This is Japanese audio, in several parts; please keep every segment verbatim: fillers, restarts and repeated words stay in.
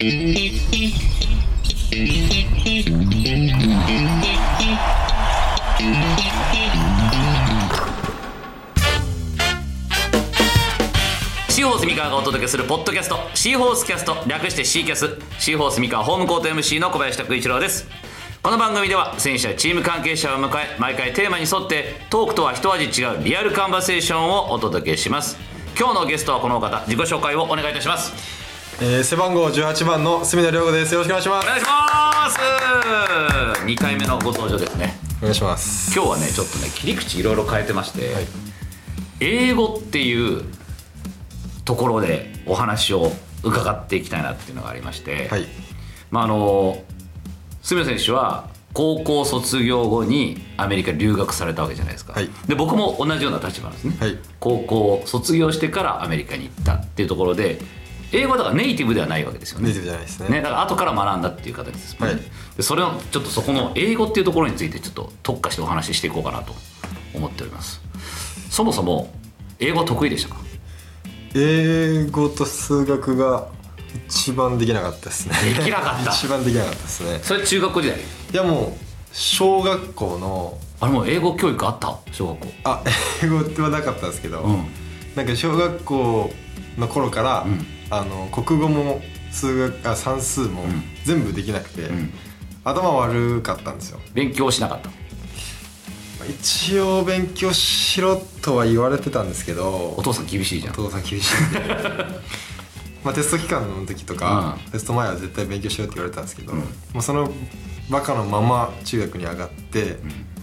シーホース三河がお届けするポッドキャスト、シーホースキャスト、略して シーキャス。シーホース三河ホームコート エムシー の小林拓一郎です。この番組では選手やチーム関係者を迎え、毎回テーマに沿ってトークとは一味違うリアルカンバセーションをお届けします。今日のゲストはこの方、自己紹介をお願いいたします。 えー、背番号じゅうはちばんの隅田亮吾です。よろしくお願いします。 お願いします。にかいめのご登場ですね。 お願いします。 今日はね、ちょっとね、切り口いろいろ変えてまして、はい、英語っていうところでお話を伺っていきたいなっていうのがありまして、はい、まああの隅田選手は高校卒業後にアメリカ留学されたわけじゃないですか、はい、で僕も同じような立場なんですね、はい、高校卒業してからアメリカに行ったっていうところで、英語はだからネイティブではないわけですよね。 ネイティブじゃないですね。 ね、だから後から学んだっていう形ですもんね、はい、でそれをちょっとそこの英語っていうところについてちょっと特化してお話ししていこうかなと思っております。そもそも英語得意でしたか？ 英語と数学が一番できなかったですね。 できなかった一番できなかったですね。 それ中学校時代？ いやもう小学校のあれもう英語教育あった？小学校あ英語はなかったんですけど、うん、なんか小学校の頃から、うん、あの国語も数学あ算数も全部できなくて、うん、頭悪かったんですよ。 勉強しなかった？ 一応勉強しろとは言われてたんですけど、 お父さん厳しいじゃん。 お父さん厳しいんでまあテスト期間の時とか、うん、テスト前は絶対勉強しろって言われてたんですけど、うん、もうそのバカのまま中学に上がって、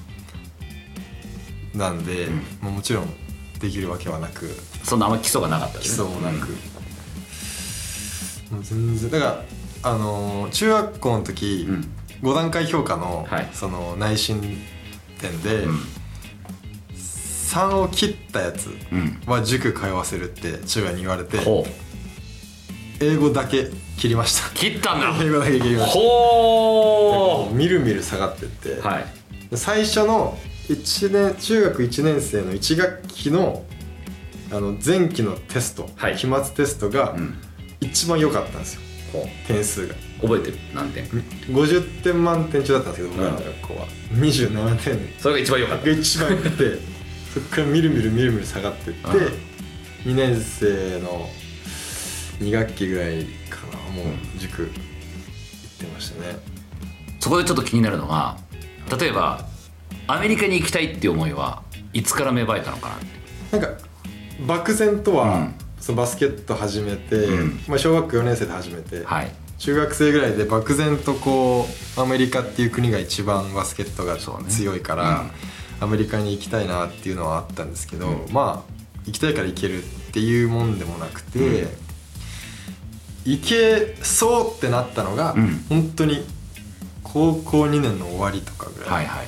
うん、なんで、うん、もうもちろんできるわけはなく、 そんなあんま基礎がなかったですね。 基礎もなく、うん、もう全然だからあのー、中学校の時、うん、ご段階評価の、はい、その内申点で、うん、さんを切ったやつは塾通わせるって中学に言われて、うん、英語だけ切りました。 切ったんだ。 英語だけ切りました。 ほー、 みるみる下がってって、 はい、 最初のいちねん中学いちねん生のいち学期のあの前期のテスト、はい、期末テストが一番良かったんですよ、うん、点数が。 覚えてる？何点？ ごじゅってん満点中だったんですけど、僕らの学校はにじゅうななてん。 それが一番良かった。 が一番良くてそっからみるみるみるみる下がってって、にねん生のに学期ぐらいかな、もう塾行ってましたね。 そこでちょっと気になるのが、例えばアメリカに行きたいっていう思いはいつから芽生えたのかなって。 なんか漠然とは、うん、そのバスケット始めて、うん、まあ、小学校よねん生で始めて、はい、中学生ぐらいで漠然とこうアメリカっていう国が一番バスケットが強いから、ね、うん、アメリカに行きたいなっていうのはあったんですけど、うん、まあ行きたいから行けるっていうもんでもなくて、うん、行けそうってなったのが、うん、本当に高校にねんの終わりとかぐらいに、はいはい、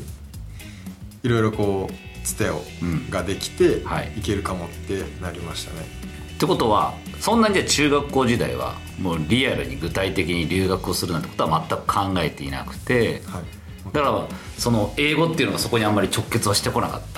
いろいろこうつてをができて、うん、はい、行けるかもってなりましたね。 ってことはそんなにじゃあ中学校時代はもうリアルに具体的に留学をするなんてことは全く考えていなくて、はい、だからその英語っていうのがそこにあんまり直結はしてこなかった。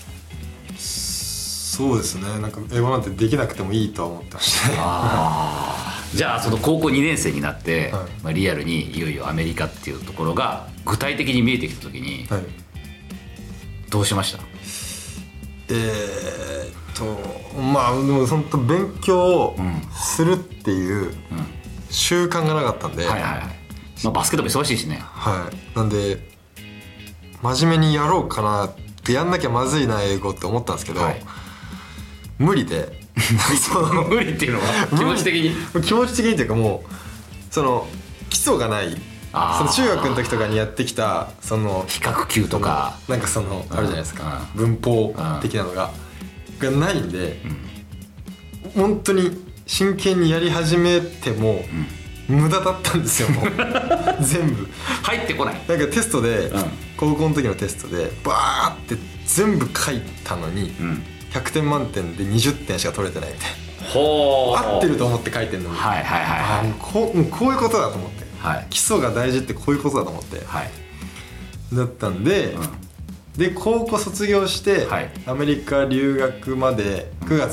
そうですね、なんか英語なんてできなくてもいいとは思ってましたね。 あじゃあその高校にねん生になって、はい、まあ、リアルにいよいよアメリカっていうところが具体的に見えてきた時に、はい、どうしました？ えーっとまあでも本当勉強をするっていう習慣がなかったんで、うんうん、はいはいはい、 まあ、バスケットも忙しいしね、 はい、なんで真面目にやろうかなってやんなきゃまずいな英語って思ったんですけど、はい、無理で無理っていうのは気持ち的に気持ち的にっていうか、もうその基礎がない、その中学の時とかにやってきたその比較級とかなんかそのあるじゃないですか、文法的なのががないんで、うん、本当に真剣にやり始めても、うん、無駄だったんですよ。もう全部入ってこない。 なんかテストで、うん、高校の時のテストでバーって全部書いたのに、うん、ひゃくてん満点でにじゅってんしか取れてないみたいな。ほー、合ってると思って書いてるのに、はいはいはい、はい、こう、こういうことだと思って、はい、基礎が大事ってこういうことだと思って、はい、だったんで、うん、で高校卒業して、はい、アメリカ留学までくがつだっ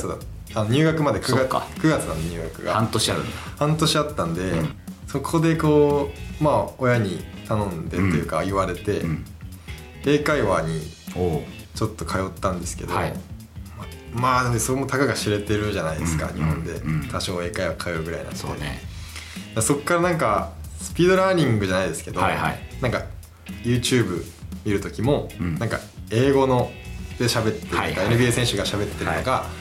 あの入学までくがつくがつなんで入学が半年あるんだ。 半年あったんで、うん、そこでこうまあ親に頼んでっていうか言われて、うん、英会話にちょっと通ったんですけど、はい、まあ、まあそれもたかが知れてるじゃないですか、うん、日本で、うん、多少英会話通うぐらいなんで、そうね、そっからなんかスピードラーニングじゃないですけど、はいはい、なんか YouTube 見る時も、うん、なんか英語ので喋ってるとか、はいはい、エヌビーエー 選手が喋ってるとか、はい、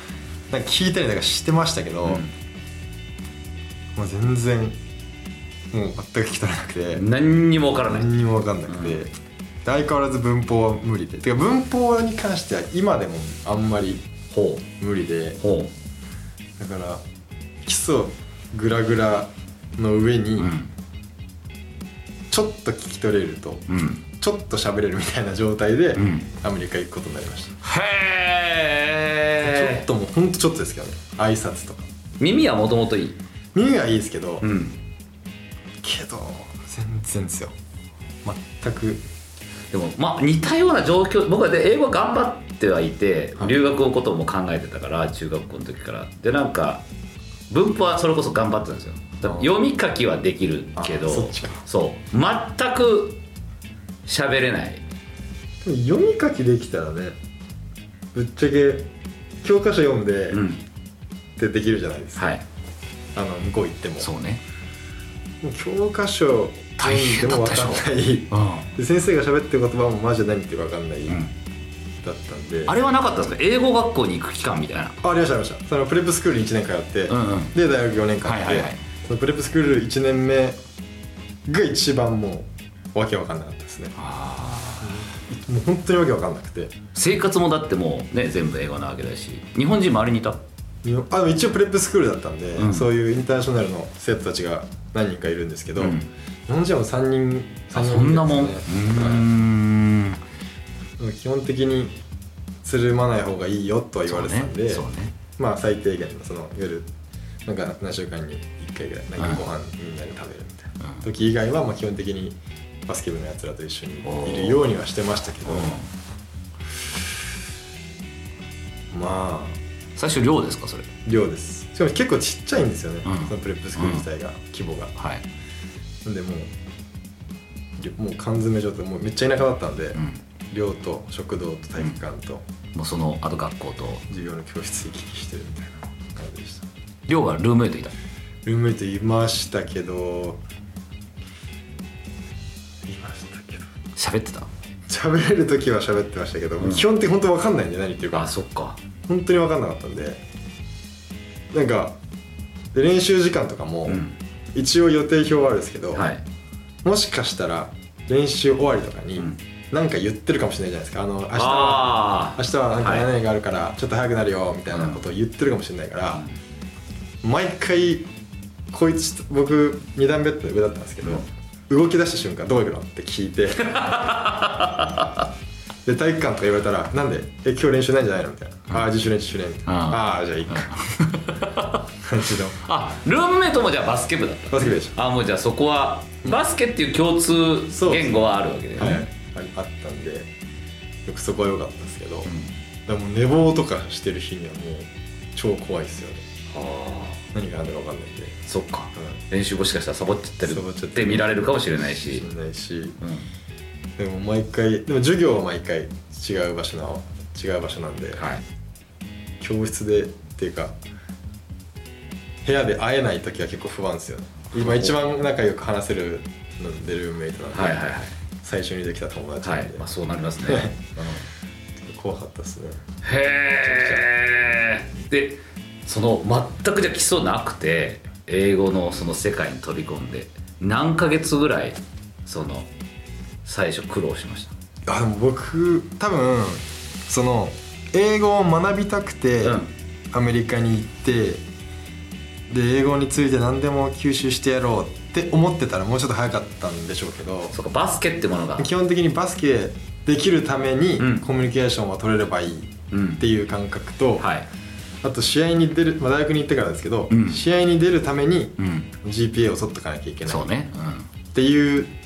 なんか聞いたりとかしてましたけど、うん、もう全然もう全く聞き取れなくて、 何にも分からない、 何にも分かんなくて、うん、相変わらず文法は無理で、てか文法に関しては今でもあんまり無理で、ほうだから基礎グラグラの上に、うん、ちょっと聞き取れると、うん、ちょっと喋れるみたいな状態で、うん、アメリカ行くことになりました。 へー、ちょっともうほんとちょっとですけどね、挨拶とか。 耳はもともといい耳はいいですけど、うん、けど全然ですよ、全く。 でもまあ似たような状況、僕はで英語頑張ってはいて、はい、留学のことも考えてたから、中学校の時からで、なんか文法はそれこそ頑張ってたんですよ。読み書きはできるけど、そっちか、そう全く喋れない。 でも読み書きできたらね、ぶっちゃけ教科書読んで、うん、ってできるじゃないですか、はい、あの向こう行っても。 そうね、 もう教科書大変だったでしょ。 分かんない、うん、で先生が喋ってる言葉もマジで何言ってるか分かんない、うん、だったんで。 あれはなかったんですか、英語学校に行く期間みたいな。 あ、ありましたありました。そのプレップスクールいちねん通って、うんうん、で大学よねんかんで、はいはいはい、そのプレップスクールいちねんめが一番もうわけわかんなかったですね。あ、もう本当にわけわかんなくて。 生活もだってもうね全部英語なわけだし、日本人周りにいた。 あ、でも一応プレップスクールだったんで、うん、そういうインターナショナルの生徒たちが何人かいるんですけど、うん、日本人はさんにん、 さんにん、ね、そんなもん。うーん、基本的につるまない方がいいよとは言われてたんで、そうね、そうね、まあ最低限のその夜なんか何週間にいっかいぐらいなんかご飯みんなで食べるみたいな、うん、時以外はまあ基本的にバスケ部のやつらと一緒にいるようにはしてましたけど、まあ最初寮ですか、それ。 寮です。しかも結構ちっちゃいんですよね、うん、そのプレップスクール自体が、うん、規模が、はい、なんでもうもう缶詰状態、もうめっちゃ田舎だったんで、うん、寮と食堂と体育館と、 うん、もうそのあと学校と授業の教室行き来してるみたいな感じでした。 寮はルームメイトいた？ ルームメイトいましたけどいましたけど喋ってた？ 喋れる時は喋ってましたけど、うん、基本的に本当に分かんないんで何言ってるか。 あ、そっか。 本当に分かんなかったんで、なんかで練習時間とかも、うん、一応予定表はあるんですけど、はい、もしかしたら練習終わりとかに、うん、なんか言ってるかもしれないじゃないですか。あの明日は明日はなんか何々があるからちょっと早くなるよみたいなことを言ってるかもしれないから、うん、毎回こいつ僕に段ベッドの上だったんですけど、うん、動き出した瞬間どこ行くのって聞いてで体育館とか言われたらなんでえ今日練習ないんじゃないのみたいな、うん、ああ自主練自主練みたいな、ああじゃあいいか感じの。 あ、ルームメイトもじゃあバスケ部だった。 バスケ部でした。 あ、もうじゃあそこはバスケっていう共通言語はあるわけで、ね、はい、 あったんでよくそこは良かったですけど、うん、でも寝坊とかしてる日にはもう超怖いですよね。あ、何があるのか分かんないんで。 そっか、うん、練習もしかしたらサボっちゃってるって見られるかもしれないし、 知らないし、うん、でも毎回でも授業は毎回違う場所な違う場所なんで、はい、教室でっていうか部屋で会えない時は結構不安ですよね。今一番仲良く話せるのでルームメイトなんで、はいはいはい、最初にできた友達なんで、はい、まあ、 そうなりますね、 うん、怖かったですね。 へえ。でその全くじゃ基礎なくて英語のその世界に飛び込んで何ヶ月ぐらいその最初苦労しました？ あ、でも僕多分その英語を学びたくて、うん、アメリカに行ってで英語について何でも吸収してやろうって思ってたらもうちょっと早かったんでしょうけど、 そうか、バスケってものが基本的にバスケできるためにコミュニケーションは取れればいいっていう感覚と、うん、はい、あと試合に出る、まあ、大学に行ってからですけど、うん、試合に出るために ジーピーエー を取っとかなきゃいけない、そうね、うん、っていう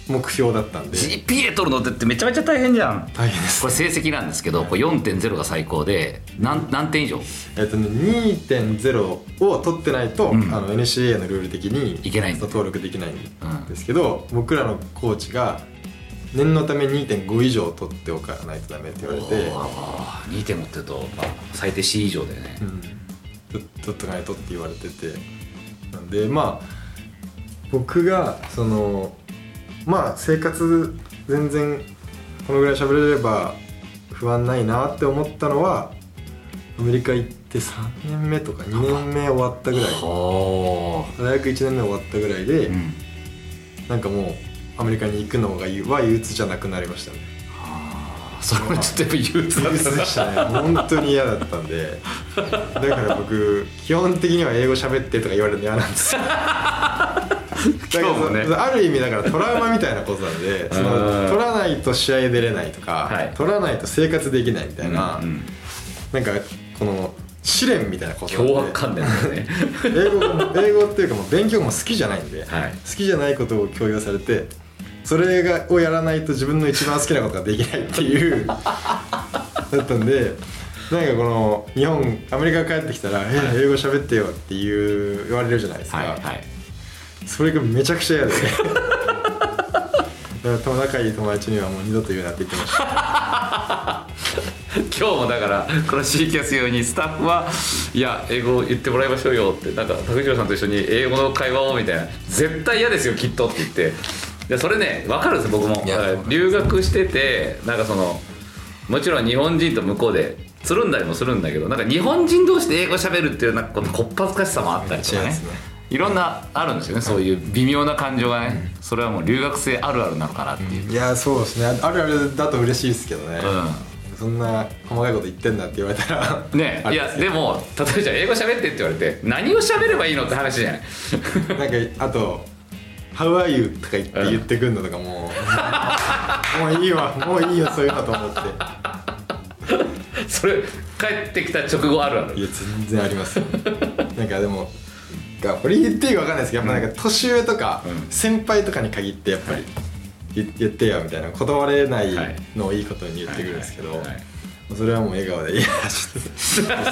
目標だったんで。 ジーピーエー 取るのってめちゃめちゃ大変じゃん。 大変です。 これ成績なんですけど、これ よんてんゼロ が最高で何、何点以上？ えっとね にてんゼロ を取ってないと、うん、あの エヌシーエー のルール的にいけないんだ、 登録できないんですけど、うん、僕らのコーチが念のため にてんご 以上取っておかないとダメって言われて、 にてんご って言うと、まあ、最低 C 以上だよね、うん、 取っとかないとって言われてて、なんでまあ僕がそのまあ生活全然このぐらい喋れれば不安ないなって思ったのは、アメリカ行ってさんねんめとかにねんめ終わったぐらい、大学いちねんめ終わったぐらいで、うん、なんかもうアメリカに行くのがは憂鬱じゃなくなりましたね。 はあ、それはちょっとやっぱ憂鬱だったでしたね。本当に嫌だったんで、だから僕基本的には英語喋ってとか言われるの嫌なんですよ。今日もね、ある意味だからトラウマみたいなことなんで、その取らないと試合出れないとか、はい、取らないと生活できないみたいな、うんうん、なんかこの試練みたいなことなんで、 凶悪観念だよね。 英語も英語っていうかもう勉強も好きじゃないんで、はい、好きじゃないことを強要されて、それがをやらないと自分の一番好きなことができないっていうだったんで、なんかこの日本アメリカ帰ってきたら、はい、英語喋ってよっていう言われるじゃないですか、はいはい、それがめちゃくちゃ嫌でだから仲いい友達にはもう二度と言うなって言ってました。 今日もだからこの C キャス用にスタッフはいや英語言ってもらいましょうよって、なんか竹城さんと一緒に英語の会話をみたいな、絶対嫌ですよきっとって言って、でそれね分かるんです僕も。留学しててなんかそのもちろん日本人と向こうでつるんだりもするんだけど、なんか日本人同士で英語喋るっていうなんかこっぱずかしさもあったりとかね、いろんなあるんですよね、そういう微妙な感情がね、それはもう留学生あるあるなのかなっていう、 うん、いやそうですね、あるあるだと嬉しいですけどね、うん、そんな細かいこと言ってんだって言われたらね、いやでも例えばじゃあ英語喋ってって言われて何を喋ればいいのって話じゃない。 なんかあと「How are you?」とか言って言ってくんのとかもうもういいわもういいよそういうのと思ってそれ帰ってきた直後あるある。 いや全然ありますなんかでもこれ言っていいか分かんないですけど、やっぱなんか年上とか先輩とかに限ってやっぱり言ってよみたいな、断れないのをいいことに言ってくるんですけど、それはもう笑顔で「いやちょっと」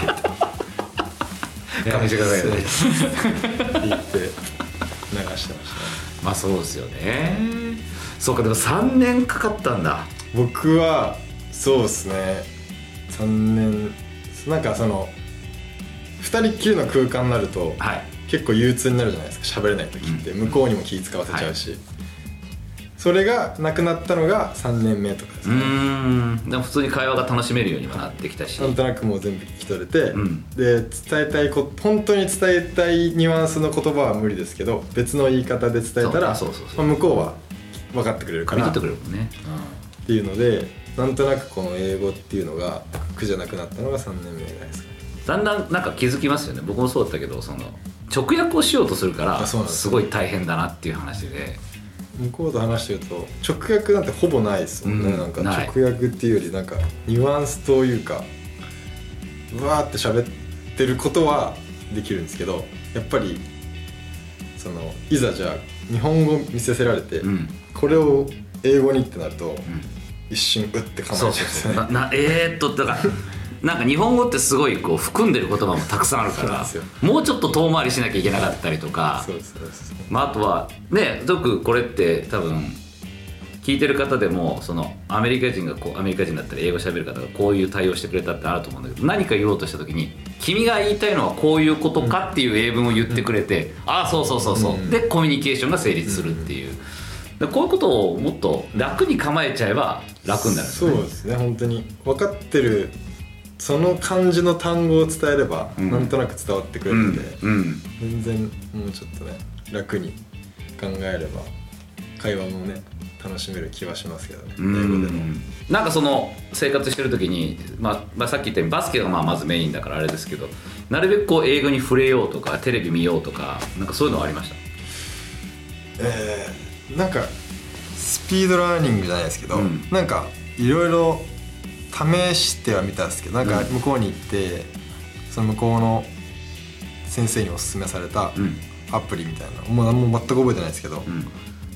勘弁してくださいよねって言って流してました。 まあそうですよね。そうか、でもさんねんかかったんだ。 僕はそうですね、さんねんなんかそのふたりっきりの空間になると、はい、結構憂鬱になるじゃないですか、喋れない時って、うん、向こうにも気使わせちゃうし、はい、それがなくなったのがさんねんめとかですね。うーん、でも普通に会話が楽しめるようにはなってきたし、 なんとなくもう全部聞き取れて、うん、で伝えたいこ本当に伝えたいニュアンスの言葉は無理ですけど別の言い方で伝えたら向こうは分かってくれるかなっていうので、なんとなくこの英語っていうのが苦じゃなくなったのがさんねんめぐらいですかね。 だんだんなんか気づきますよね。僕もそうだったけど、その直訳をしようとするからすごい大変だなっていう話で、 向こうと話してると直訳なんてほぼないですもんね、うん、なんか直訳っていうよりなんかニュアンスというかうわーって喋ってることはできるんですけど、やっぱりそのいざじゃあ日本語見せせられて、うん、これを英語にってなると、うん、一瞬うって構えちゃうんですね。ななえー、っとだからなんか日本語ってすごいこう含んでる言葉もたくさんあるからもうちょっと遠回りしなきゃいけなかったりとか、そうですそうです、まあ、あとはね、よくこれって多分聞いてる方でもそのアメリカ人がこうアメリカ人だったり英語喋る方がこういう対応してくれたってあると思うんだけど、何か言おうとした時に君が言いたいのはこういうことかっていう英文を言ってくれて、うん、ああそうそうそうそう、うん、でコミュニケーションが成立するっていう、でこういうことをもっと楽に構えちゃえば楽になるんですね。 そうですね、本当に分かってるその漢字の単語を伝えれば、うん、なんとなく伝わってくれるので、うんうん、全然もうちょっとね楽に考えれば会話もね楽しめる気はしますけどね、英語でも。 なんかその生活してる時に、まあまあ、さっき言ったようにバスケがまあまずメインだからあれですけど、なるべくこう英語に触れようとかテレビ見ようとかなんかそういうのはありました？ えー、なんかスピードラーニングじゃないですけど、うん、なんかいろいろ試してはみたんですけど、なんか向こうに行って、うん、その向こうの先生におすすめされたアプリみたいな、もう何も全く覚えてないですけど、うん、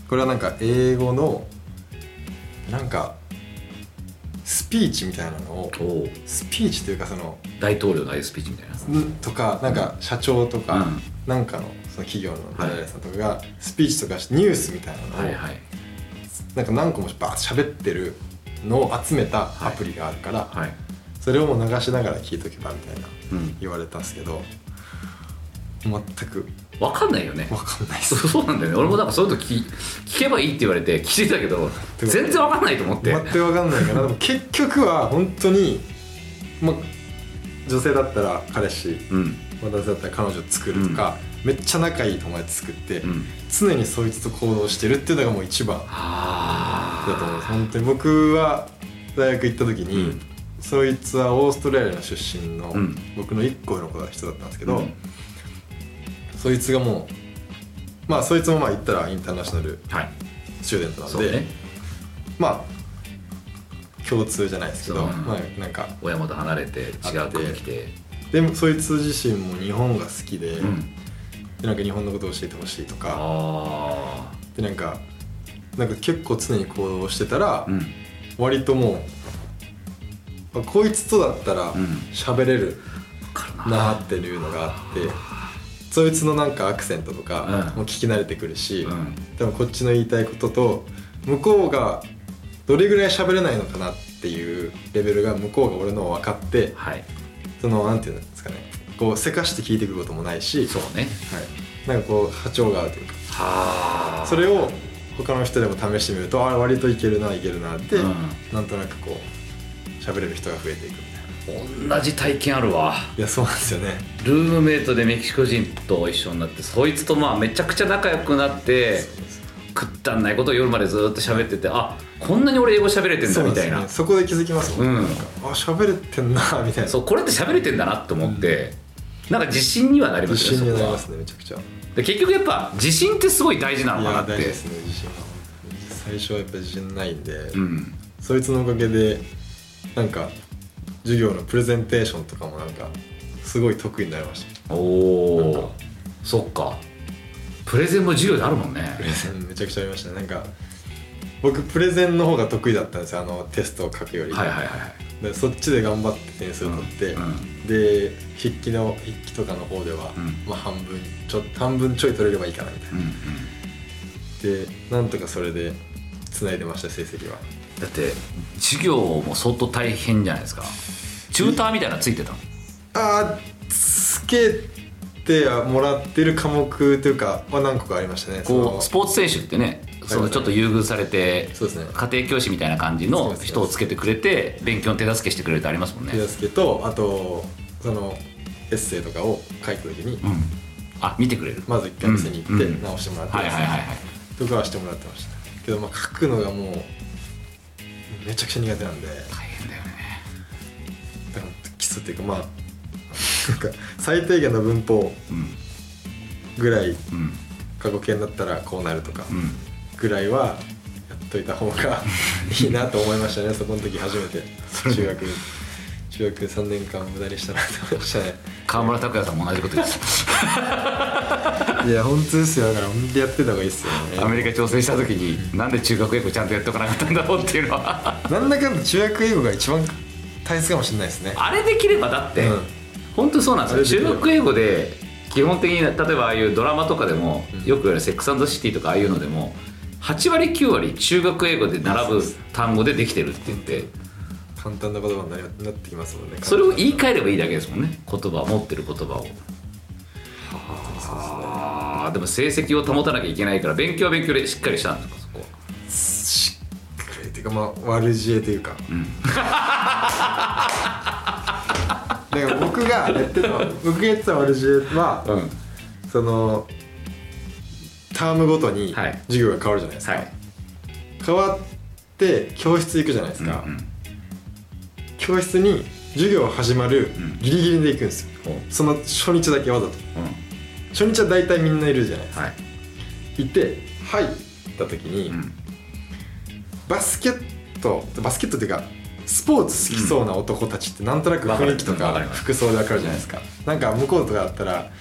これはなんか英語のなんかスピーチみたいなのをスピーチというかその大統領のああいうスピーチみたいなとかなんか社長とかなんかのその企業の誰々さんとかがスピーチとかニュースみたいなのをなんか何個もバーッと喋ってるのを集めたアプリがあるからそれをもう流しながら聞いとけばみたいな言われたんですけど全く分かんないよね。 分かんないっす。 そうなんだよね。俺もなんかそういうの 聞, 聞けばいいって言われて聞いてたけど全然分かんないと思って全く分かんないからでも結局は本当に、ま、女性だったら彼氏、うん、男性だったら彼女作るとか、うん、めっちゃ仲いい友達作って、うん、常にそいつと行動してるっていうのがもう一番だと思います。本当に僕は大学行った時に、うん、そいつはオーストラリアの出身の、うん、僕のいっこ上の子の人だったんですけど、うん、そいつがもうまあそいつもまあ言ったらインターナショナルスチューデントなんで、はいね、まあ共通じゃないですけど、まあなんか親元離れて違う国来てでもそいつ自身も日本が好きで、うん、でなんか日本のことを教えてほしいとかあでなんかなんか結構常に行動してたら、うん、割ともうこいつとだったら喋れるなっていうのがあって、うんそいつのなんかアクセントとかも聞き慣れてくるし、うん、多分こっちの言いたいことと向こうがどれぐらい喋れないのかなっていうレベルが向こうが俺のを分かって、はい、そのなんていうんですかねこうせかして聞いてくることもないしそうね、 はい、なんかこう波長が合うというかはそれを他の人でも試してみるとあ割といけるないけるなって、うん、なんとなくこう喋れる人が増えていくみたいな。 同じ体験あるわ。 いやそうなんですよね。 ルームメイトでメキシコ人と一緒になってそいつとまあめちゃくちゃ仲良くなってくったんないことを夜までずっと喋っててあこんなに俺英語喋れてんだみたいなそ, ね、そこで気づきますもん、うん、なんかあ喋れてんなみたいなそうこれって喋れてんだなって思って、うん、なんか自信にはなりますよね。 自信になりますねめちゃくちゃ。 で結局やっぱ自信ってすごい大事なのかなって。いや大事ですね自信は。最初はやっぱ自信ないんで、うん、そいつのおかげでなんか授業のプレゼンテーションとかもなんかすごい得意になりました。 おおそっかプレゼンも授業であるもんね。 プレゼンめちゃくちゃありましたね。なんか僕プレゼンの方が得意だったんですよあのテストを書くより、はいはいはい、でそっちで頑張って点数を取って、うんうん、で筆記の筆記とかの方では、うんまあ、半分ちょ半分ちょい取れればいいかなみたいな、うんうん、でなんとかそれで繋いでました成績は。 だって授業も相当大変じゃないですか。チューターみたいなのついてたの？ あーつけてもらってる科目というかは何個かありましたね。 こうスポーツ選手ってねそのちょっと優遇されてそうです、ね、家庭教師みたいな感じの人をつけてくれて勉強の手助けしてくれるってありますもんね。 手助けとあとそのエッセイとかを書いた時に、うん、 あ見てくれるまず一回店に行って直してもらってとかはしてもらってましたけど、まあ、書くのがもうめちゃくちゃ苦手なんで大変だよね。 だから基礎っていうかまあなんか最低限の文法ぐらい過去形になったらこうなるとかぐらいはやっといた方がいいなと思いましたねそこの時初めて中学中学さんねんかん無駄にしたなと思いましたね。 川村拓哉さんも同じことですいや本当ですよ。だから本当にやってた方がいいですよね。 アメリカ挑戦した時に、うん、なんで中学英語ちゃんとやっておかなかったんだろうっていうのはなんだかんだ中学英語が一番大切かもしれないですね。 あれできればだって、うん、本当そうなんですよ。中学英語で基本的に例えばああいうドラマとかでも、うん、よく言われるセックス&シティとかああいうのでもはち割きゅう割中学英語で並ぶ単語でできてるって言って簡単な言葉になってきますもんね。 それを言い換えればいいだけですもんね。言葉持ってる言葉を。はあ、でも成績を保たなきゃいけないから勉強は勉強でしっかりしたんですかそこは。 しっかりっていうかまあ悪知恵というか、うん、だから僕がやってた僕がやってた悪知恵は、うん、そのタームごとに授業が変わるじゃないですか、はい、変わって教室行くじゃないですか、うんうん、教室に授業始まるギリギリで行くんですよ、うん、その初日だけわざと、うん、初日は大体みんないるじゃないですか、はい、行って入った時に、うん、バスケットバスケットっていうかスポーツ好きそうな男たちってなんとなく雰囲気とか服装で分かるじゃないですか、うん、なんか向こうとかだったら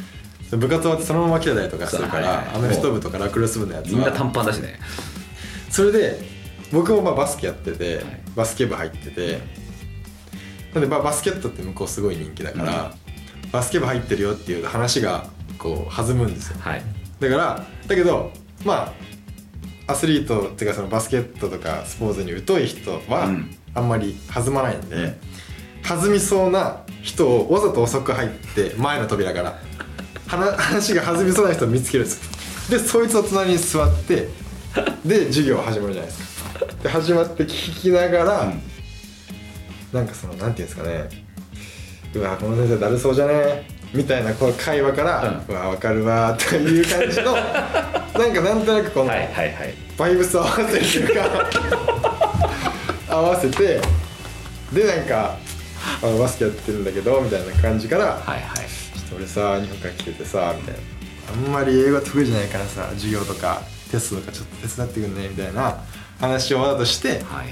部活終わってそのまま来てたりとかするから、はいはいはい、アメフト部とかラクロス部のやつはみんな短パンだしね。 それで僕もまあバスケやってて、はい、バスケ部入ってて、なんでまあバスケットって向こうすごい人気だから、うん、バスケ部入ってるよっていう話がこう弾むんですよ、はい、だからだけどまあアスリートっていうかそのバスケットとかスポーツに疎い人はあんまり弾まないんで、うん、弾みそうな人をわざと遅く入って前の扉から話が弾みそうな人を見つけるんですよ。でそいつの隣に座ってで授業始まるじゃないですか。で始まって聞きながら、うん、なんかそのなんていうんですかね、うわこの先生だるそうじゃねみたいなこの会話から、うん、うわ分かるわという感じのなんかなんとなくこのはいはいはいバイブスを合わせるというか合わせてでなんかあのバスケやってるんだけどみたいな感じから、はいはい、ちょっと俺さ日本から来ててさみたいな、あんまり英語得意じゃないからさ授業とかテストとかちょっと手伝ってくんねみたいな話をわざとして、はいはい、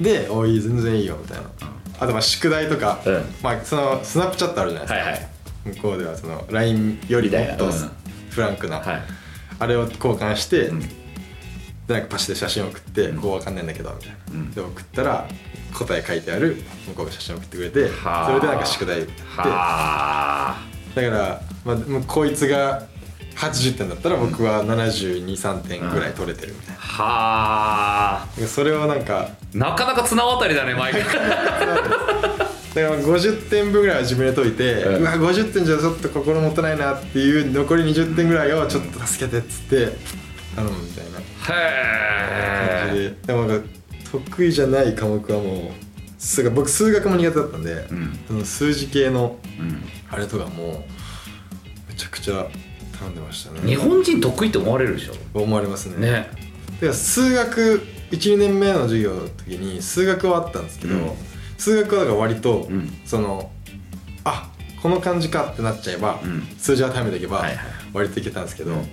でおい全然いいよみたいな、うん、あとまあ宿題とか、うん、まあそのスナップチャットあるじゃないですか、はいはい、向こうではその ライン よりもっとフランクな、うん、あれを交換して、うん、でなんかパシで写真送って、うん、こうわかんないんだけどみたいな、うん、で送ったら答え書いてある向こうが写真送ってくれて、それでなんか宿題やって、だから、まあ、もうこいつがはちじゅってんだったら僕はななじゅうに、さんてんぐらい取れてるみたいな、うん、はあそれをなんかなかなか綱渡りだねマイクだからごじゅってんぶんぐらいは自分で解いて、うん、うわごじゅってんじゃちょっと心もとないなっていう残りにじゅってんぐらいをちょっと助けてっつって頼むみたいな感じで、でもなんか得意じゃない科目はもう数学僕数学も苦手だったんで、うん、その数字系のあれとかもめちゃくちゃ頼んでましたね。 日本人得意って思われるでしょ。 思われますね。 ね。 だから数学いち、にねんめの授業の時に数学はあったんですけど、うん、数学はだから割と、うん、そのあこの感じかってなっちゃえば、うん、数字当てはめていけば割といけたんですけど、うん、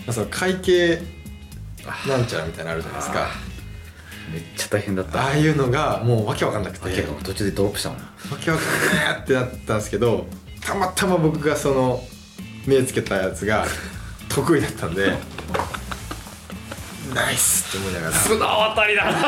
その会計なんちゃらみたいなのあるじゃないですか。 めっちゃ大変だった。 ああいうのがもうわけわかんなくて途中でドロップしたもん。わけわかんないってなったんですけど、たまたま僕がその目つけたやつが得意だったんでナイスって思いながら綱渡りだな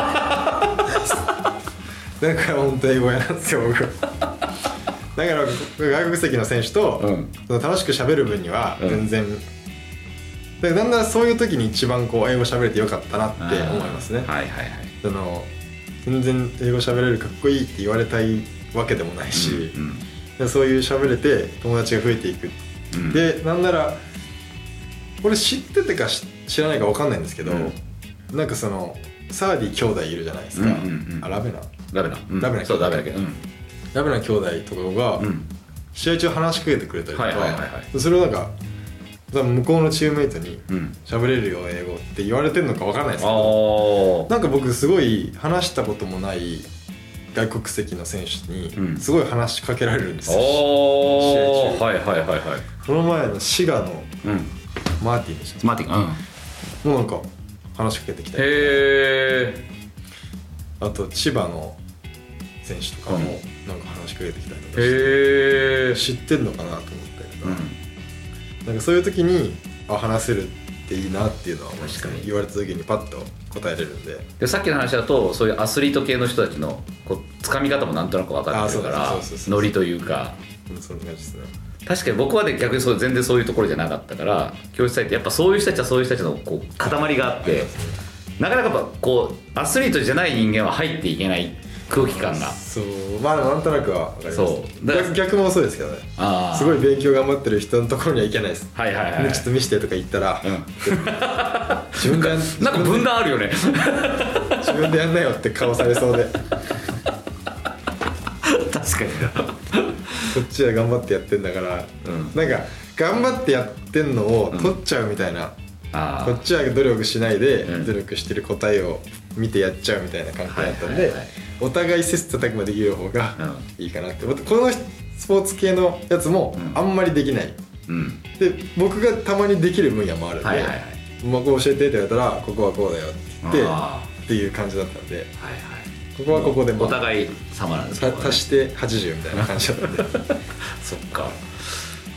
だから本当英語やなんですよ僕だから外国籍の選手と、うん、その楽しく喋る分には全然、うん、だんだんそういう時に一番こう英語喋れてよかったなって思いますね。はいはいはい。その全然英語喋れるかっこいいって言われたいわけでもないし、うんうん、そういう喋れて友達が増えていく、うん、でなんならこれ知っててか知らないか分かんないんですけど、うん、なんかそのサーディ兄弟いるじゃないですか、うんうんうん、あラベナラベナ、うん、 ラベナ兄弟、ラベナ兄弟とかが、うん、試合中話しかけてくれたりとか、はいはいはいはい、それをなんか向こうのチームメイトに喋れるよ英語って言われてるのか分かんないですけど、なんか僕すごい話したこともない外国籍の選手にすごい話しかけられるんですよ、うん、試合中。はいはいはいはい。この前の滋賀のマーティンでした、 マーティン、うん、 もうなんか話しかけてきたりとか、へー、あと千葉の選手とかもなんか話しかけてきたりとかして、へー、知ってんのかなと思ったりとか、うん、なんかそういう時にあ話せるっていいなっていうのは確かに言われた時にパッと答えれるん で, でさっきの話だとそういうアスリート系の人たちのこう掴み方もなんとなく分かってるからノリというか、 そんな感じですね。 確かに僕はね逆にそう全然そういうところじゃなかったから教室入ってやっぱそういう人たちはそういう人たちのこう塊があって、なかなかやっぱこうアスリートじゃない人間は入っていけない空気感が、 そうまあなんとなくは分かります。そう逆, 逆もそうですけどね。あすごい勉強頑張ってる人のところには行けないです。はいはいはい、はい、ちょっと見せてとか言ったら、うん、自分でなんか分断あるよね自分でやんなよって顔されそうで確かになこっちは頑張ってやってんだから、うん、なんか頑張ってやってんのを取っちゃうみたいな、うん、あこっちは努力しないで、うん、努力してる答えを見てやっちゃうみたいな関係だったんで、はいはいはい、お互い切磋琢磨できる方がいいかなって、うん、このスポーツ系のやつもあんまりできない、うん、で僕がたまにできる分野もあるんで、はいはいはい、もうこう教えてって言われたらここはこうだよって言ってっていう感じだったんで、はいはい、ここはここで、まあ、 お互い様なんですけど、ね、 足してはちじゅうみたいな感じだったんでそっか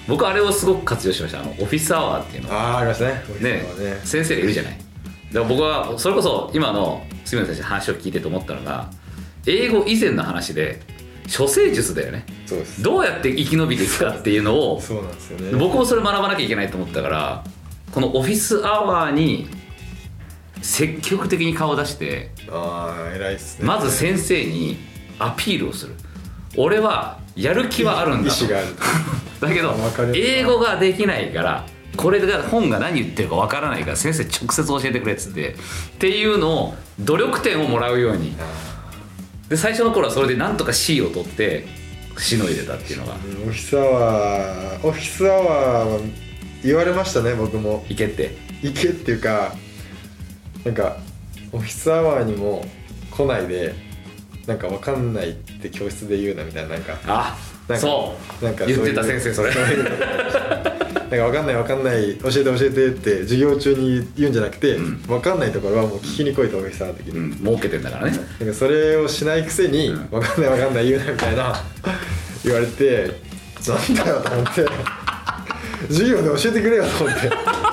僕あれをすごく活用しました。あのオフィスアワーっていうのああありましたね。 ね、先生がいるじゃない。だから僕はそれこそ今の杉村先生の話を聞いてて思ったのが、英語以前の話で処世術だよね。 そうです。 どうやって生き延びていくかっていうのをそうなんですよね。 僕もそれ学ばなきゃいけないと思ったから、このオフィスアワーに積極的に顔を出して、 ああ偉いっすね。 まず先生にアピールをする。俺はやる気はあるんだと。 意思があるだけど英語ができないから、これが本が何言ってるかわからないから先生直接教えてくれっつってっていうのを努力点をもらうように。で最初の頃はそれでなんとか C を取ってしのいでたっていうのが、 オフィスアワーオフィスアワーは言われましたね。僕も行けって行けっていうか、なんかオフィスアワーにも来ないで、なんか分かんないって教室で言うなみたいな、なんかあなんかそうなんか言ってた先生それなんか分かんない分かんない教えて教えてって授業中に言うんじゃなくて、うん、分かんないところはもう聞きに来いとオフィスアワーの時に、 うん、儲けてんだからね。 なんかそれをしないくせに、うん、分かんない分かんない言うなみたいな言われて、なんだよと思って授業で教えてくれよと思って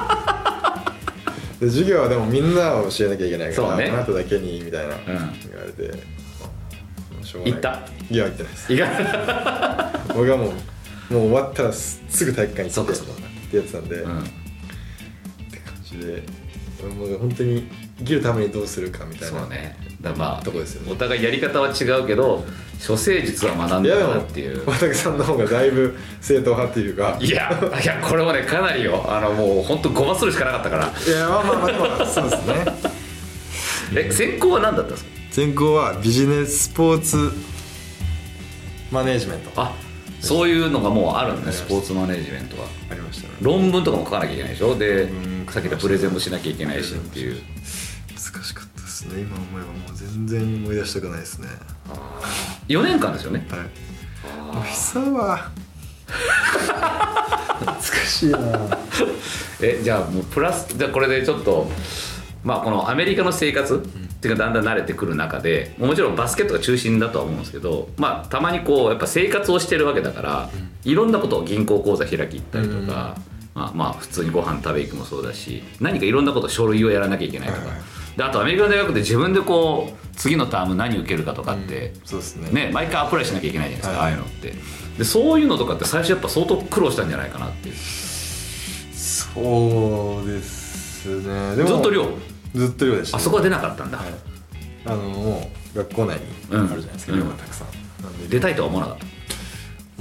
で授業はでもみんなを教えなきゃいけないから、ね、あなただけにみたいな、うん、言われて、しょうがない。 行った？ いや行ってないです。僕はもうもう終わったらすぐ体育館行ってってやつなんで、うん、って感じで、もう本当に生きるためにどうするかみたいな。そうね。 だまあとこですよね。 お互いやり方は違うけど処世術は学んだなっていう。 渡辺さんの方がだいぶ正統派っていうか。 いやいやこれもねかなりよ。あのもう本当ごまするしかなかったから。 いやまあまあまあでもそうですね。 え専攻は何だったんですか？ 専攻はビジネススポーツマネージメント。 あ、そういうのがもうあるんだね。スポーツマネージメントはありましたね。 論文とかも書かなきゃいけないでしょ。でさっき言ったプレゼンもしなきゃいけないしっていう。 難しかったですね。今思えばもう全然思い出したくないですね。 よねんかんですよね。 はい。オフィスアワー懐かしいな。 えじゃあもうプラスじゃあこれでちょっとまあこのアメリカの生活、うん、っていうかだんだん慣れてくる中で、もちろんバスケットが中心だとは思うんですけど、まあたまにこうやっぱ生活をしてるわけだから、うん、いろんなことを銀行口座開き行ったりとか、うん、まあまあ普通にご飯食べ行くもそうだし、何かいろんなこと書類をやらなきゃいけないとか、はいはい、であとアメリカの大学で自分でこう次のターム何受けるかとかって、 うん、そうですね、 ね毎回アプライしなきゃいけないじゃないですか、はい、ああいうのってでそういうのとかって最初やっぱ相当苦労したんじゃないかなっていう。 そうですね。でもずっと寮ずっと寮でした、ね、 あそこは出なかったんだ、はい、 あのもう学校内にあるじゃないですか、寮、うん、がたくさんなんで出たいとは思わなかった？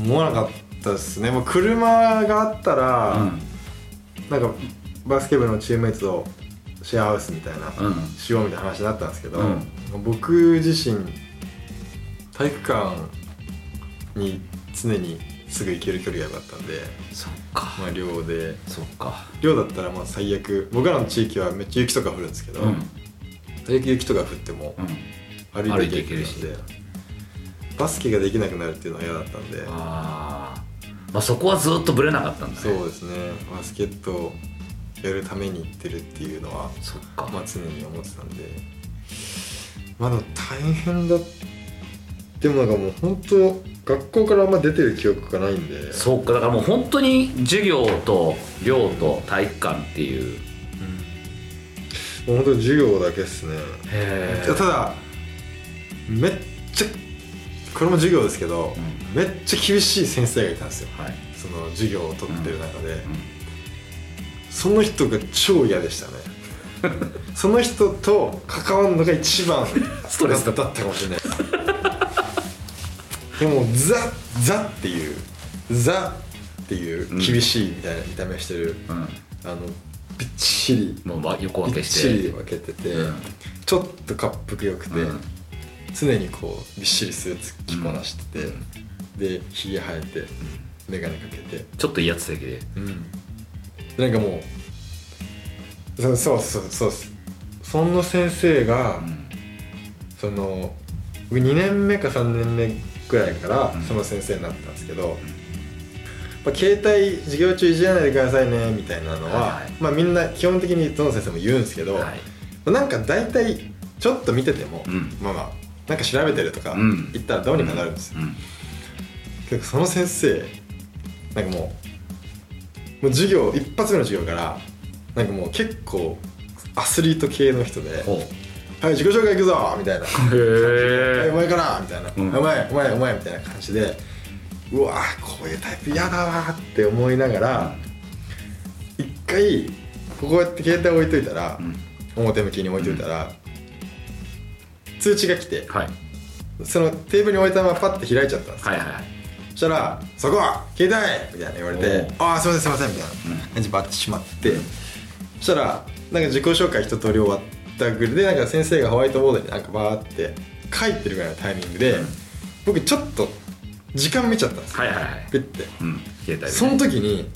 思わなかったですね。もう車があったら、うん、なんかバスケ部のチームメイトとシェアハウスみたいな、うん、しようみたいな話になったんですけど、うん、僕自身体育館に常にすぐ行ける距離が良かったんで、 そっか、 まあ寮で、 そっか、 寮だったらまあ最悪、僕らの地域はめっちゃ雪とか降るんですけど、うん、最悪雪とか降っても歩いていけるので、バスケができなくなるっていうのは嫌だったんで、 あ、まあ、そこはずっとブレなかったんだね。 そうですね。バスケットをやるために行ってるっていうのは、 そっか、 まあ、常に思ってたんで、まあでも大変だって。でもなんかもう本当学校からあんま出てる記憶がないんで。 そうか、だからもう本当に授業と寮と体育館っていう、 うん、もう本当に授業だけっすね。 へただめっちゃこれも授業ですけど、うん、めっちゃ厳しい先生がいたんですよ、はい、その授業を取ってる中で、うんうん、その人が超嫌でしたねその人と関わるのが一番ストレスだったかもしれないですでもザ・ザっていうザっていう厳しいみたいな見た目してる、うん、あのびっちりもう横分けしてびっちり分けてて、うん、ちょっと恰幅よくて、うん、常にこうびっしりスーツ着こなしてて、うん、でひげ生えて、うん、眼鏡かけてちょっと威圧的で、 うん、でなんかもうそうそうそうそうその先生が、うん、その僕にねんめかさんねんめぐらいからその先生になったんですけど、うん、まあ、携帯授業中いじらないでくださいねみたいなのは、はいはい、まあ、みんな基本的にどの先生も言うんですけど、はい、なんか大体ちょっと見てても、うん、まあまあなんか調べてるとか言ったらどうにかなるんですよ、うんうん、結構その先生なんかもうもう授業一発目の授業からなんかもう結構アスリート系の人で「はい自己紹介いくぞ!」みたいな「はいお前から!」みたいな「お前お前お前」みたいな感じでうわこういうタイプ嫌だわって思いながら一回こうやって携帯置いといたら表向きに置いといたら通知が来てそのテーブルに置いたままパッて開いちゃったんですよ。そしたら「そこ携帯!」みたいな言われて「ああすいませんすいません」みたいな感じでバッてしまってそしたらなんか自己紹介一通り終わったぐらいでなんか先生がホワイトボードになんかバーって書いてるぐらいのタイミングで僕ちょっと時間見ちゃったんですよ。ピッてその時に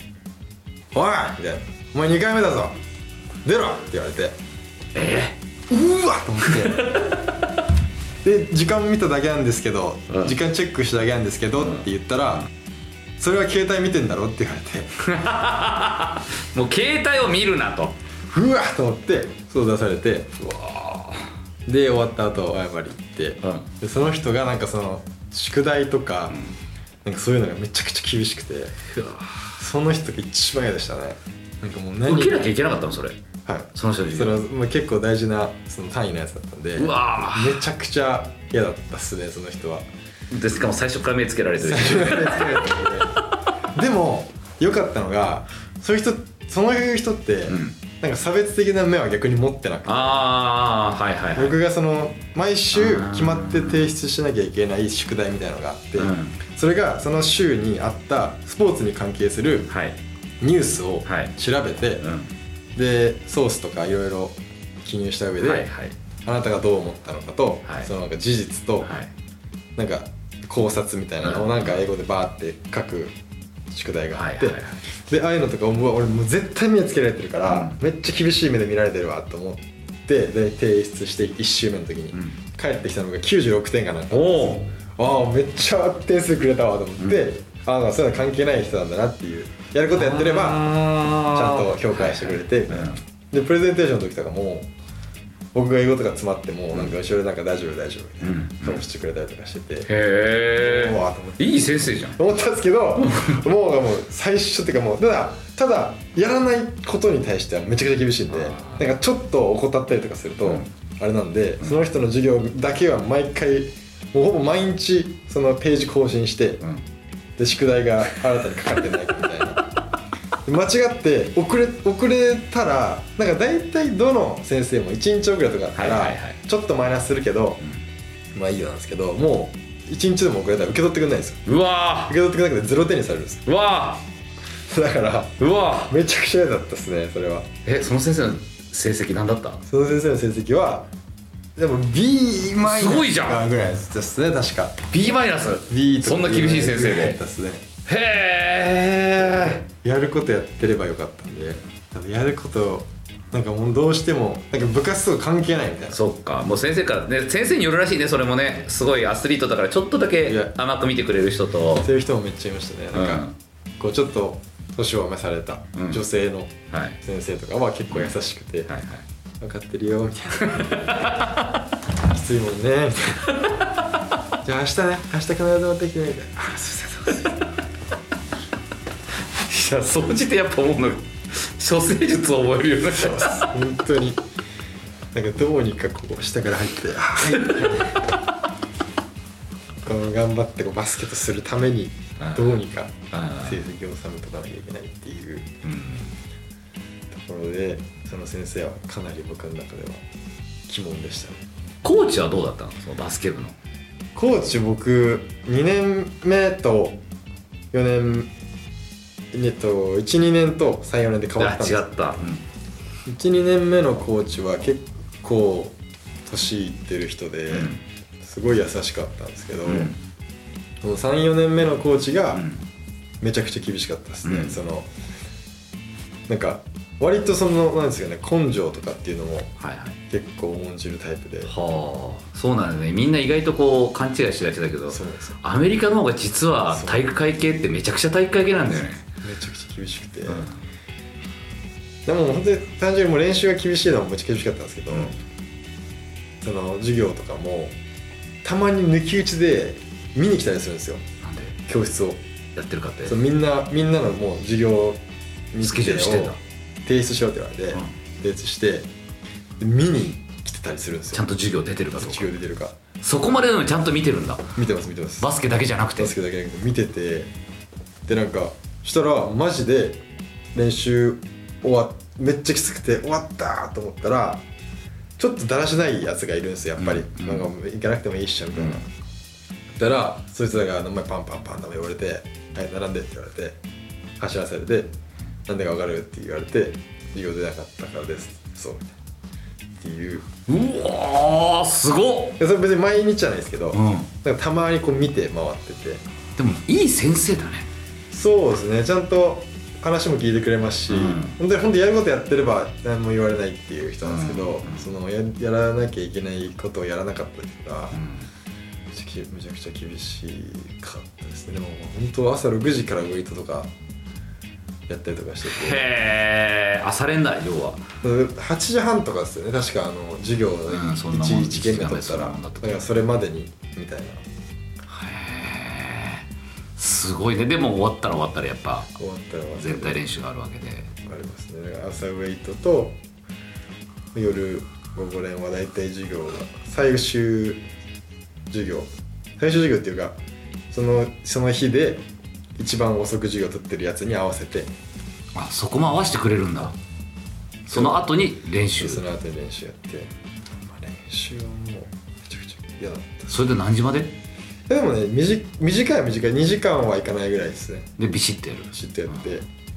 「おい!」みたいな「お前にかいめだぞ出ろ!」って言われてえうわっと思ってで時間見ただけなんですけど時間チェックしただけなんですけどって言ったらそれは携帯見てんだろって言われてもう携帯を見るなとうわっと思ってそう出されてうわで終わった後謝り行って、うん、でその人がなんかその宿題とか、うん、なんかそういうのがめちゃくちゃ厳しくてその人が一番嫌でしたね。なんかもう何受けなきゃいけなかったのそれ。 はい、 その人にそれは、まあ、結構大事なその単位のやつだったんでうわめちゃくちゃ嫌だったっすねその人は。 でしかも最初から目つけられてるでも良かったのがそういう人その人って、うん、なんか差別的な目は逆に持ってなくてあー、はいはいはい、 僕がその毎週決まって提出しなきゃいけない宿題みたいなのがあって、うん、それがその週にあったスポーツに関係するニュースを調べて、はいうんでソースとかいろいろ記入した上で、はいはい、あなたがどう思ったのかと、はい、そのなんか事実と、はい、なんか考察みたいなのをなんか英語でバーって書く宿題があって、はいはいはい、でああいうのとかうわ俺もう絶対目つけられてるから、うん、めっちゃ厳しい目で見られてるわと思ってで提出していち週目の時に、うん、帰ってきたのがきゅうじゅうろくてんかなんかああめっちゃ点数くれたわと思って、うんああそういうの関係ない人なんだなっていうやることやってればちゃんと評価してくれて、はいはい、でプレゼンテーションの時とかも僕が英語とか詰まってもなんか後ろでなんか大丈夫大丈夫みたいな顔してくれたりとかしてて、うん、へえいい先生じゃん思ったんですけどもうもう最初っていうかもうただただやらないことに対してはめちゃくちゃ厳しいんでなんかちょっと怠ったりとかすると、うん、あれなんでその人の授業だけは毎回もうほぼ毎日そのページ更新して、うんで宿題が新たに書かれてないかみたいな間違って遅れ遅れたらなんか大体どの先生もいちにち遅れとかだったらちょっとマイナスするけど、うん、まあいいよなんですけどもういちにちでも遅れたら受け取ってくれないんですよ。 うわ受け取ってくれなくてゼロてんにされるんですよ。 うわだからうわめちゃくちゃ嫌だったですねそれは。 えその先生の成績何だった？ その先生の成績はでも ビー マイナスすごいじゃんぐらいですね確かビー マイナス B とかそんな厳しい先生で、 ね、 へえやることやってればよかったんで多分やることなんかもうどうしてもなんか部活と関係ないみたいな。 そっかもう先生からね先生によるらしいねそれもねすごいアスリートだからちょっとだけ甘く見てくれる人とそういう人もめっちゃいましたね。なんか、うん、こうちょっと年を召された女性の先生とかは結構優しくて、うんはいはい分かってるよみたいなきついもんねみたいなじゃあ明日ね明日必ず持ってきてねみたいなあすいませんいや総じてやっぱ思うの処世術を覚えるようになっちゃいます本当になんかどうにかこう下から入ってはいこの頑張ってこうバスケットするためにどうにか成績を収めとかなきゃいけないっていうところでその先生はかなり僕の中では鬼門でしたね。 コーチはどうだったのそのバスケ部のコーチ僕にねんめとよねんえっといちにねんとさんよねんで変わったんです。 違った、 うん、いちにねんめのコーチは結構年いってる人で、うん、すごい優しかったんですけど、うん、さんよねんめのコーチがめちゃくちゃ厳しかったですね、うん、そのなんか割とそのなんですかね根性とかっていうのも結構重んじるタイプで、はいはい、 はあそうなんだね。みんな意外とこう勘違いしがちだけどそうです、アメリカの方が実は体育会系ってめちゃくちゃ体育会系なんだよね。 めちゃくちゃ厳しくて、うん、でも本当に単純にもう練習が厳しいのはめっちゃ厳しかったんですけど、うん、その授業とかもたまに抜き打ちで見に来たりするんですよ。 なんで？ 教室をやってるかってそうみんなみんなのもう授業スケジュールしてんだ。 提出しろって言われて、うん、提出して見に来てたりするんですよ。 ちゃんと授業出てるかどうか。 授業出てるか。 そこまでのちゃんと見てるんだ。 見てます見てます。 バスケだけじゃなくて。 バスケだけじゃなくて見てて、でなんかしたらマジで練習終わっめっちゃきつくて終わったと思ったらちょっとだらしないやつがいるんですよやっぱり、うん、なんか行かなくてもいいっしょみたいな、うん、だからそいつらが名前パンパンパンと言われて「はい並んで」って言われて走らされて「なんでか分かる?」って言われて「授業出なかったからです」そうみたいなっていう。 うわーすごっ。 それ別に毎日じゃないですけど、うん、なんかたまにこう見て回ってて。 でもいい先生だね。 そうですね、ちゃんと話も聞いてくれますし、うん、本当に本当にやることやってれば何も言われないっていう人なんですけど、うん、その や, やらなきゃいけないことをやらなかったりとか、うん、めちゃめちゃくちゃ厳しかったですね。でも本当朝ろくじからウェイトとかやったりとかしてて。 へー、朝練だ要ははちじはんとかですよね確かあの授業のいち、いち限目取ったら、だからそれまでにみたいな。 すごいね。でも終わったら終わったらやっぱ終わったら全体練習があるわけで。 ありますね。だから朝ウェイトと夜午後練は大体授業が最終授業最終授業っていうかそのその日で一番遅く授業を取ってるやつに合わせて。 あ、そこも合わせてくれるんだ。その後に練習。 その後に練習やって、まあ、練習はもうめちゃくちゃ嫌だった。 それで何時まで？ でもね、短い短い短いにじかんはいかないぐらいですね。 でビシッとやる。 ビシッとやって、うん、